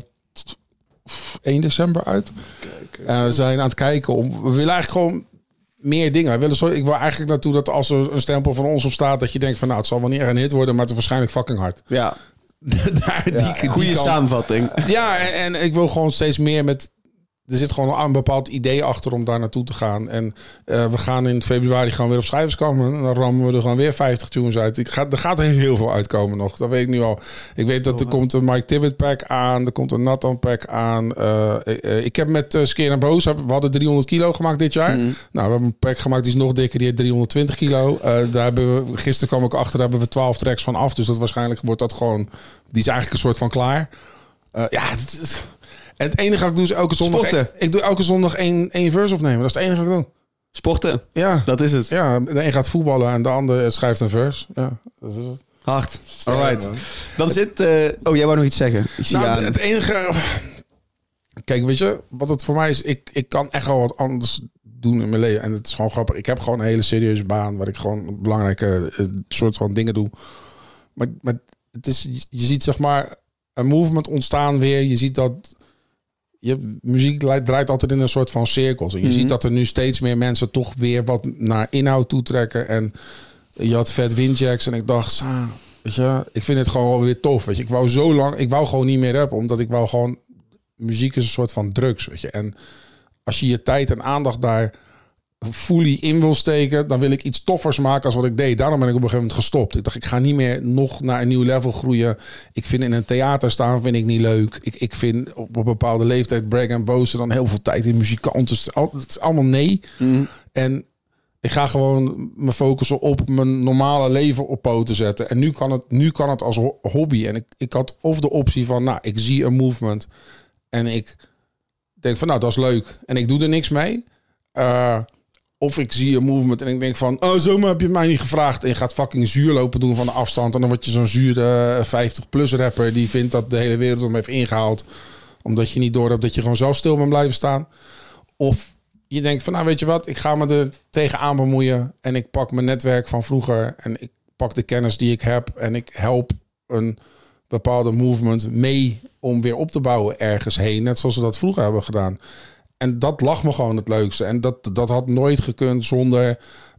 1 december uit. We zijn aan het kijken om... We willen eigenlijk gewoon meer dingen. Ik wil eigenlijk naartoe dat als er een stempel van ons op staat, dat je denkt van nou, het zal wel niet echt een hit worden, maar het is waarschijnlijk fucking hard. Ja. Goede samenvatting. Ja, en ik wil gewoon steeds meer met... Er zit gewoon een bepaald idee achter om daar naartoe te gaan. En we gaan in februari gewoon weer op schrijvers komen. En dan rammen we er gewoon weer 50 tunes uit. Er gaat er heel veel uitkomen nog. Dat weet ik nu al. Ik weet dat er komt een Mike Tibbet pack aan. Er komt een Nathan pack aan. Ik heb met Skeer en Boos... We hadden 300 kilo gemaakt dit jaar. Nou, we hebben een pack gemaakt die is nog dikker. Die heeft 320 kilo. Daar hebben we, gisteren kwam ik achter, daar hebben we 12 tracks van af. Dus dat waarschijnlijk wordt dat gewoon... Die is eigenlijk een soort van klaar. En het enige wat ik doe is elke zondag... Sporten. Ik doe elke zondag één verse opnemen. Dat is het enige wat ik doe. Sporten. Ja. Dat is het. Ja, de een gaat voetballen en de ander schrijft een verse. Ja, dat is het. Hard. Alright. Dan zit... jij wou nog iets zeggen. Ik zie het enige... Kijk, weet je, wat het voor mij is... Ik kan echt wel wat anders doen in mijn leven. En het is gewoon grappig. Ik heb gewoon een hele serieuze baan... waar ik gewoon belangrijke soort van dingen doe. Maar het is... Je ziet zeg maar... een movement ontstaan weer. Je ziet dat... muziek draait altijd in een soort van cirkels. En je ziet dat er nu steeds meer mensen toch weer wat naar inhoud toetrekken. En je had Vet Windjacks en ik dacht, weet je, ik vind het gewoon wel weer tof. Weet je, ik wou gewoon niet meer rappen, omdat ik wou gewoon... Muziek is een soort van drugs, weet je. En als je je tijd en aandacht daar fully in wil steken, dan wil ik iets toffers maken als wat ik deed. Daarom ben ik op een gegeven moment gestopt. Ik dacht, ik ga niet meer nog naar een nieuw level groeien. Ik vind in een theater staan vind ik niet leuk. Ik vind op een bepaalde leeftijd brag en bozen dan heel veel tijd in muzikanten. Het is allemaal nee. En ik ga gewoon me focussen op mijn normale leven op poten zetten. En nu kan het als hobby. En ik had of de optie van, nou, ik zie een movement en ik denk van, nou, dat is leuk. En ik doe er niks mee. Of ik zie een movement en ik denk van... zomaar heb je mij niet gevraagd. En je gaat fucking zuur lopen doen van de afstand. En dan word je zo'n zure 50-plus rapper... die vindt dat de hele wereld hem heeft ingehaald. Omdat je niet door hebt dat je gewoon zelf stil bent blijven staan. Of je denkt van, nou weet je wat... ik ga me er tegenaan bemoeien. En ik pak mijn netwerk van vroeger. En ik pak de kennis die ik heb. En ik help een bepaalde movement mee... om weer op te bouwen ergens heen. Net zoals we dat vroeger hebben gedaan. En dat lag me gewoon het leukste. En dat had nooit gekund zonder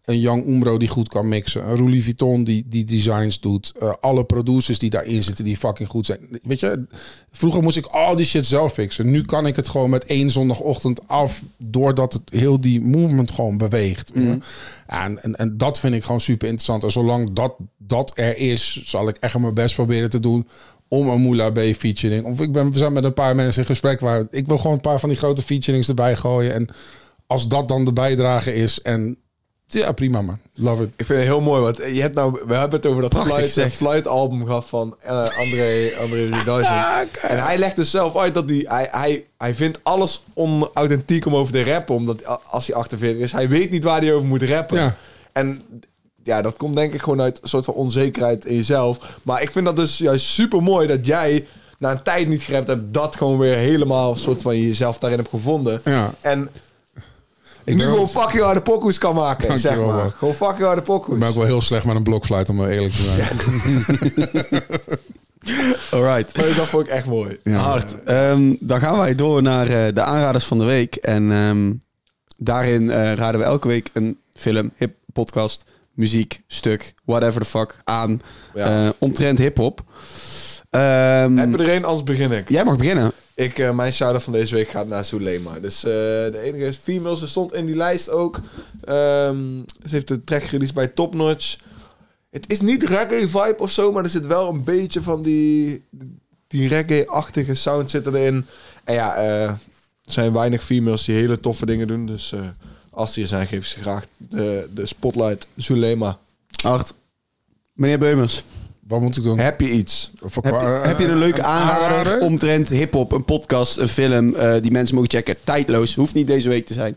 Een Young Umro die goed kan mixen. Een Louis Vuitton die designs doet. Alle producers die daarin zitten die fucking goed zijn. Weet je, vroeger moest ik al die shit zelf fixen. Nu kan ik het gewoon met 1 zondagochtend af. Doordat het heel die movement gewoon beweegt. En dat vind ik gewoon super interessant. En zolang dat er is, zal ik echt mijn best proberen te doen om een Moula B featuring. Of we zijn met een paar mensen in gesprek waar ik wil gewoon een paar van die grote featurings erbij gooien. En als dat dan de bijdrage is en ja, prima man. Love it. Ik vind het heel mooi, want je hebt we hebben het over dat Flight album gehad van André 3000. En hij legt dus zelf uit dat hij vindt alles onauthentiek om over te rappen, omdat als hij 48 is, hij weet niet waar hij over moet rappen. Ja. En ja, dat komt denk ik gewoon uit een soort van onzekerheid in jezelf. Maar ik vind dat dus juist super mooi dat jij na een tijd niet gerapt hebt, dat gewoon weer helemaal een soort van jezelf daarin hebt gevonden. Ja. En ik nu gewoon fucking harde pokoes kan maken. Dank zeg maar. Gewoon fucking harde pokoes. Ik ben ook wel heel slecht met een blokfluit, om eerlijk te zijn. Alright. Maar dat vond ik echt mooi. Ja. Hard. Dan gaan wij door naar de aanraders van de week. En daarin raden we elke week een film, hip, podcast, muziek, stuk, whatever the fuck aan. Omtrent hip-hop. Heb je er een, anders begin ik. Jij mag beginnen. Mijn shout-out van deze week gaat naar Zulema. Dus de enige is female. Ze stond in die lijst ook. Ze heeft de track released bij Top Notch. Het is niet reggae-vibe of zo, maar er zit wel een beetje van die reggae-achtige sound zit erin. En ja, er zijn weinig females die hele toffe dingen doen. Dus als die er zijn, geef ze graag de spotlight. Zulema. 8. Meneer Beumers. Wat moet ik doen? Heb je iets? Heb je een leuke aanrader omtrent hip-hop, een podcast, een film die mensen mogen checken? Tijdloos. Hoeft niet deze week te zijn.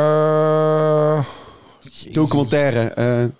Documentaire.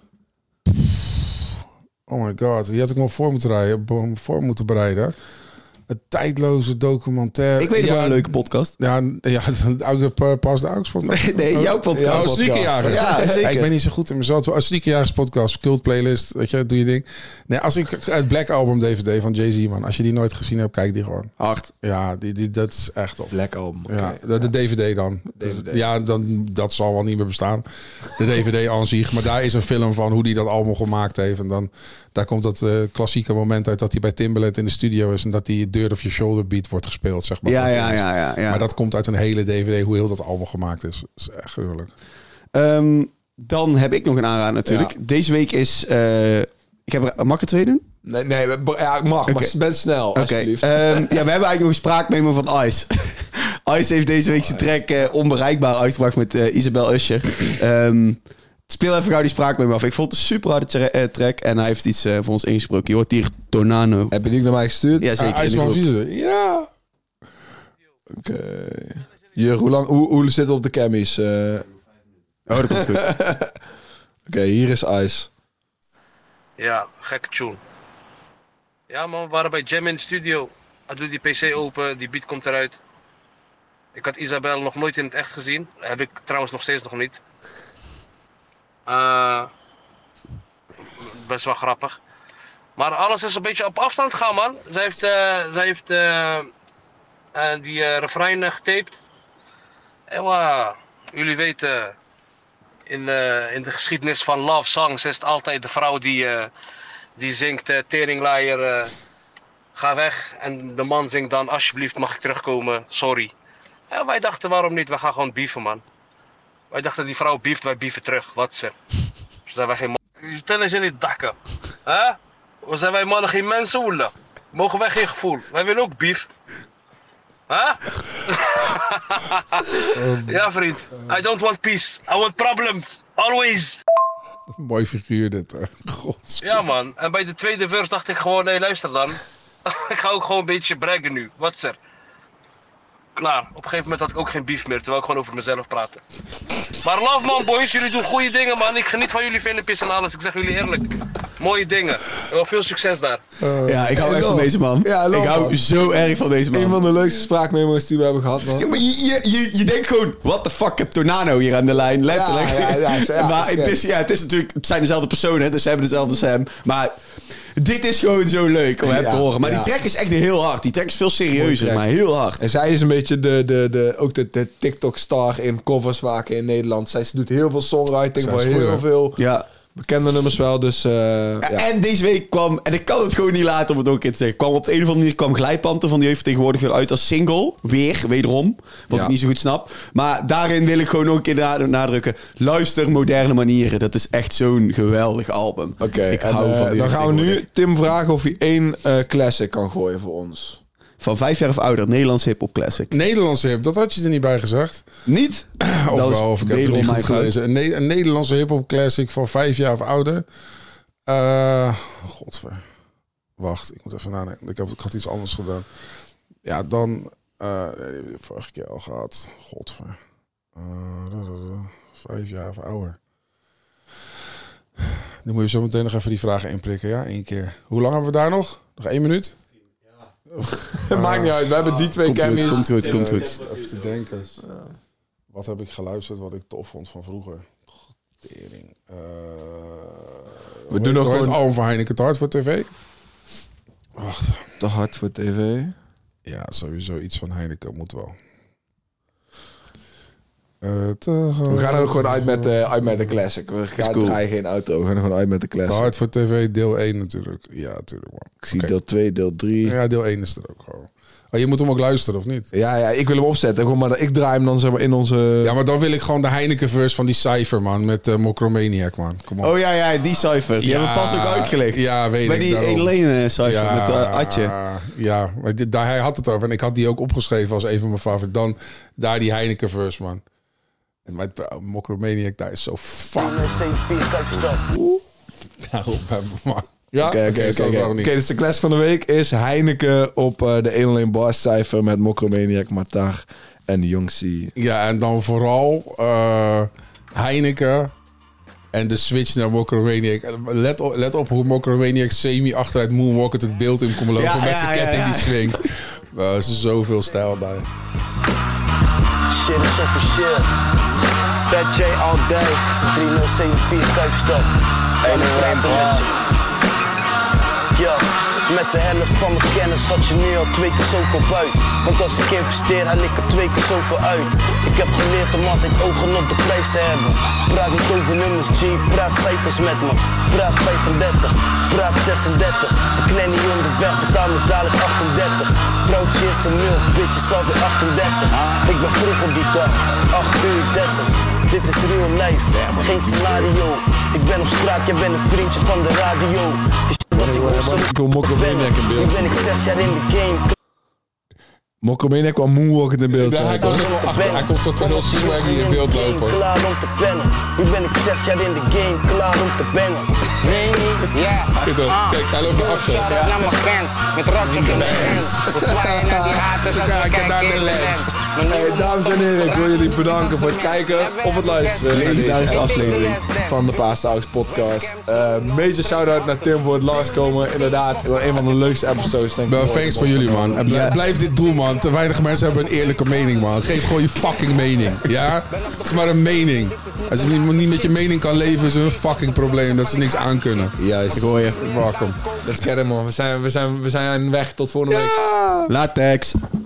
Oh my god. Die had ik me voor moeten bereiden. Een tijdloze documentaire. Ik weet wel een leuke podcast. Ja, Pas de Augs podcast. Nee, jouw podcast. Sneakerjagers. Ja, zeker. Ik ben niet zo goed in mezelf. Sneakerjagers podcast, cult playlist. Weet je, doe je ding. Nee, als ik het Black Album DVD van Jay-Z, man. Als je die nooit gezien hebt, kijk die gewoon. Hard. Ja, dat is echt op. Black Album. Okay. Ja, de DVD dan. DVD. Ja, dat zal wel niet meer bestaan. De DVD aan zich. Maar daar is een film van hoe hij dat album gemaakt heeft. En dan daar komt dat klassieke moment uit dat hij bij Timbaland in de studio is en dat die Dirt of Your Shoulder beat wordt gespeeld, zeg maar. Ja. Maar dat komt uit een hele DVD, hoe heel dat album gemaakt is. Dat is echt gruwelijk. Dan heb ik nog een aanrader natuurlijk. Ja. Deze week is... mag ik het twee doen? Nee, ja, ik mag, maar ben snel, alsjeblieft. We hebben eigenlijk nog een spraakmemo van Ice. Ice heeft deze week zijn track Onbereikbaar uitgebracht met Isabel Usher. Speel even gauw die spraakmemo af. Ik vond het een super harde track en hij heeft iets voor ons ingesproken. Je hoort hier Tornado. Heb je die naar mij gestuurd? Ja, zeker. Ja. Oké. Jur, hoe zit het op de cammies? Dat komt goed. Oké, hier is Ice. Ja, gekke tune. Ja man, we waren bij Jam in de studio. Hij doet die PC open, die beat komt eruit. Ik had Isabel nog nooit in het echt gezien. Dat heb ik trouwens nog steeds nog niet. Best wel grappig. Maar alles is een beetje op afstand gegaan, man. Zij heeft die refrein getaped. En jullie weten, in de geschiedenis van love songs is het altijd de vrouw die zingt teringlaaier, ga weg. En de man zingt dan, alsjeblieft mag ik terugkomen, sorry. En wij dachten, waarom niet? We gaan gewoon beefen, man. Wij dachten, die vrouw beeft, wij beefen terug. Wat ze? Zijn wij geen mannen? Je tellen ze niet dakken. Hè? Zijn wij mannen geen mensen, hoelen? Mogen wij geen gevoel? Wij willen ook beef. Huh? Ja, vriend. I don't want peace. I want problems. Always. Mooi figuur dit. Ja, man. En bij de tweede verse dacht ik gewoon, nee, luister dan. Ik ga ook gewoon een beetje braggen nu. Wat is er? Klaar. Op een gegeven moment had ik ook geen beef meer, terwijl ik gewoon over mezelf praatte. Maar love man, boys, jullie doen goede dingen, man. Ik geniet van jullie filmpjes en alles. Ik zeg jullie eerlijk. Mooie dingen. En veel succes daar. Ja, ik hou echt van deze man. Ja, ik hou zo erg van deze man. Een van de leukste spraakmemo's die we hebben gehad, man. Ja, maar je denkt gewoon, what the fuck, ik heb Tornado hier aan de lijn, letterlijk. Ja, maar het is natuurlijk, het zijn dezelfde personen, dus ze hebben dezelfde Sam. Maar dit is gewoon zo leuk om hem te horen. Maar ja. die track is echt heel hard. Die track is veel serieuzer, maar heel hard. En zij is een beetje ook de TikTok-star in covers maken in Nederland. Zij doet heel veel songwriting voor heel veel bekende nummers wel. Dus, En deze week kwam, en ik kan het gewoon niet laten om het ook een keer te zeggen, kwam op de een of andere manier kwam Glijpanter van die Jeugd tegenwoordig weer uit als single. Wederom. Wat ik niet zo goed snap. Maar daarin wil ik gewoon ook een keer nadrukken. Luister moderne manieren. Dat is echt zo'n geweldig album. Oké, ik hou van die dan gaan we nu tegenwoordig. Tim vragen of hij 1 classic kan gooien voor ons. Van 5 jaar of ouder, Nederlands hip-hop classic. Nederlandse hip, dat had je er niet bij gezegd. Niet? Of Dat is wel, of ik heb het wederom niet goed mijn gelezen. Een Nederlandse hip-hop classic van 5 jaar of ouder. Godver. Wacht, ik moet even nadenken. Ik had iets anders gedaan. Ja, dan... vorige keer al gehad. Godver. 5 jaar of ouder. Dan moet je zo meteen nog even die vragen inprikken, ja? 1 keer. Hoe lang hebben we daar nog? Nog 1 minuut? Maakt niet uit, we hebben die 2 cameos. Komt goed. Even te denken. Wat heb ik geluisterd wat ik tof vond van vroeger? Tering. We doen nog gewoon gewoon het album van Heineken te hard voor tv. Wacht. te hard voor tv. Ja, sowieso iets van Heineken moet wel. We gaan er ook gewoon uit met de classic. We gaan draaien geen outro. We gaan er gewoon uit met de Te classic. hard voor tv, deel 1 natuurlijk. Ja, natuurlijk man. Ik zie Oké. deel 2, deel 3. Ja, deel 1 is er ook gewoon. Oh, je moet hem ook luisteren, of niet? Ja, ik wil hem opzetten. Gewoon maar ik draai hem dan zeg maar in onze... Ja, maar dan wil ik gewoon de Heineken-verse van die Cypher, man. Met Mokromaniac, man. Kom op. Oh ja, die cijfer. Die hebben we pas ook uitgelegd. Ja, weet Bij ik. die daarom. Elaine cijfer met Atje. Ja, maar hij had het over. En ik had die ook opgeschreven als een van mijn favorieten. Dan daar die Heineken-verse, man. En mijn Mokromaniac, daar is zo fucking... man. Ja, Oké, dus de classic van de week is Heineken op de 101 bar cijfer met Mokromaniac, Matar en Youngsie. Ja, en dan vooral Heineken en de switch naar Mokromaniac. Let op hoe Mokromaniac semi achteruit moonwalkend het beeld in komt lopen met zijn ketting die swing. Er is zoveel stijl daar. Shit is officieel. Fat J all day. 3074 Kuipstad. En ik praat met je. Ja, met de helft van mijn kennis had je nu al 2 keer zoveel buit. Want als ik investeer, haal ik er 2 keer zoveel uit. Ik heb geleerd om altijd ogen op de prijs te hebben. Praat niet over nummers, G, praat cijfers met me. Praat 35, praat 36. Ik ken niet onderweg, betaal me dadelijk 38. Vrouwtje is een milf, bitch is alweer 38. Ik ben vroeg op die dag, 8 uur 30. Dit is real life, geen scenario. Ik ben op straat, jij bent een vriendje van de radio. Ik wil Mokromaniac in beeld. Nu ben ik 6 jaar in de game. Mokromaniac kwam moonwalkend in beeld. Ja, hij komt soort van heel swaggy in beeld lopen. Klaar om te pennen. Nu ben ik 6 jaar in de game, klaar om te bangen. Ja. Kijk, hij loopt erachter. Shout-out naar mijn fans. Met rotjoek in de hand. We zwaaien naar die haters als we kijken in de lens. Hey, dames en heren, ik wil jullie bedanken voor het kijken of het luisteren naar deze aflevering van de Paasdaags podcast. Major shout-out naar Tim voor het langskomen. Inderdaad, een van de leukste episodes denk ik. Wel, thanks voor jullie, man. En blijf dit doen, man. Te weinig mensen hebben een eerlijke mening, man. Geef gewoon je fucking mening. Ja? Het is maar een mening. Als je niet met je mening kan leven, is het een fucking probleem. Dat ze niks aan kunnen. Juist. Ik hoor je. Welkom. Let's get it, man. We zijn weg tot volgende week. Latex.